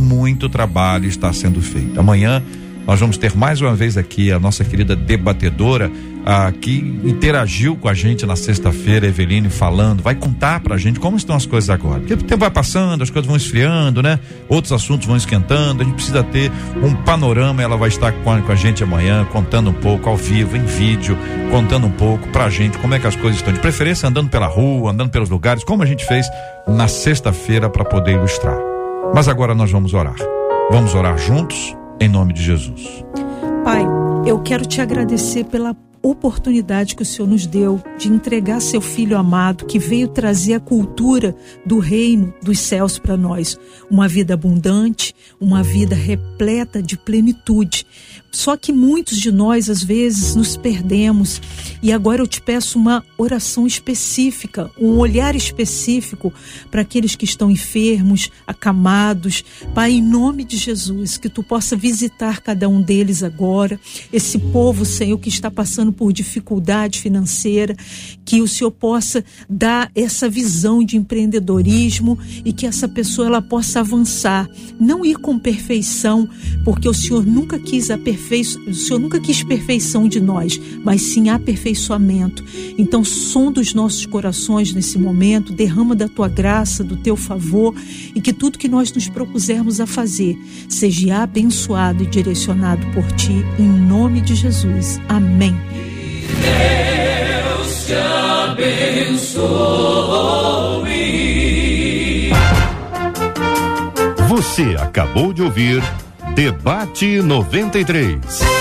está sendo feito. Amanhã nós vamos ter mais uma vez aqui a nossa querida debatedora, que interagiu com a gente na sexta-feira, Eveline, falando, vai contar pra gente como estão as coisas agora. Porque o tempo vai passando, as coisas vão esfriando, né? Outros assuntos vão esquentando, a gente precisa ter um panorama. Ela vai estar com a gente amanhã, contando um pouco ao vivo, em vídeo, contando um pouco pra gente como é que as coisas estão. De preferência andando pela rua, andando pelos lugares, como a gente fez na sexta-feira para poder ilustrar. Mas agora nós vamos orar. Vamos orar juntos, em nome de Jesus. Pai, eu quero te agradecer pela oportunidade que o Senhor nos deu de entregar seu Filho amado, que veio trazer a cultura do reino dos céus para nós. Uma vida abundante, uma vida repleta de plenitude. Só que muitos de nós, às vezes, nos perdemos. E agora eu te peço uma oração específica, um olhar específico para aqueles que estão enfermos, acamados. Pai, em nome de Jesus, que tu possa visitar cada um deles agora. Esse povo, Senhor, que está passando por dificuldade financeira, que o Senhor possa dar essa visão de empreendedorismo e que essa pessoa ela possa avançar. Não ir com perfeição, porque o Senhor nunca quis o Senhor nunca quis perfeição de nós, mas sim aperfeiçoamento. Então, sonda os nossos corações nesse momento, derrama da tua graça, do teu favor, e que tudo que nós nos propusermos a fazer seja abençoado e direcionado por ti, em nome de Jesus. Amém. Deus te abençoe. Você acabou de ouvir Debate 93.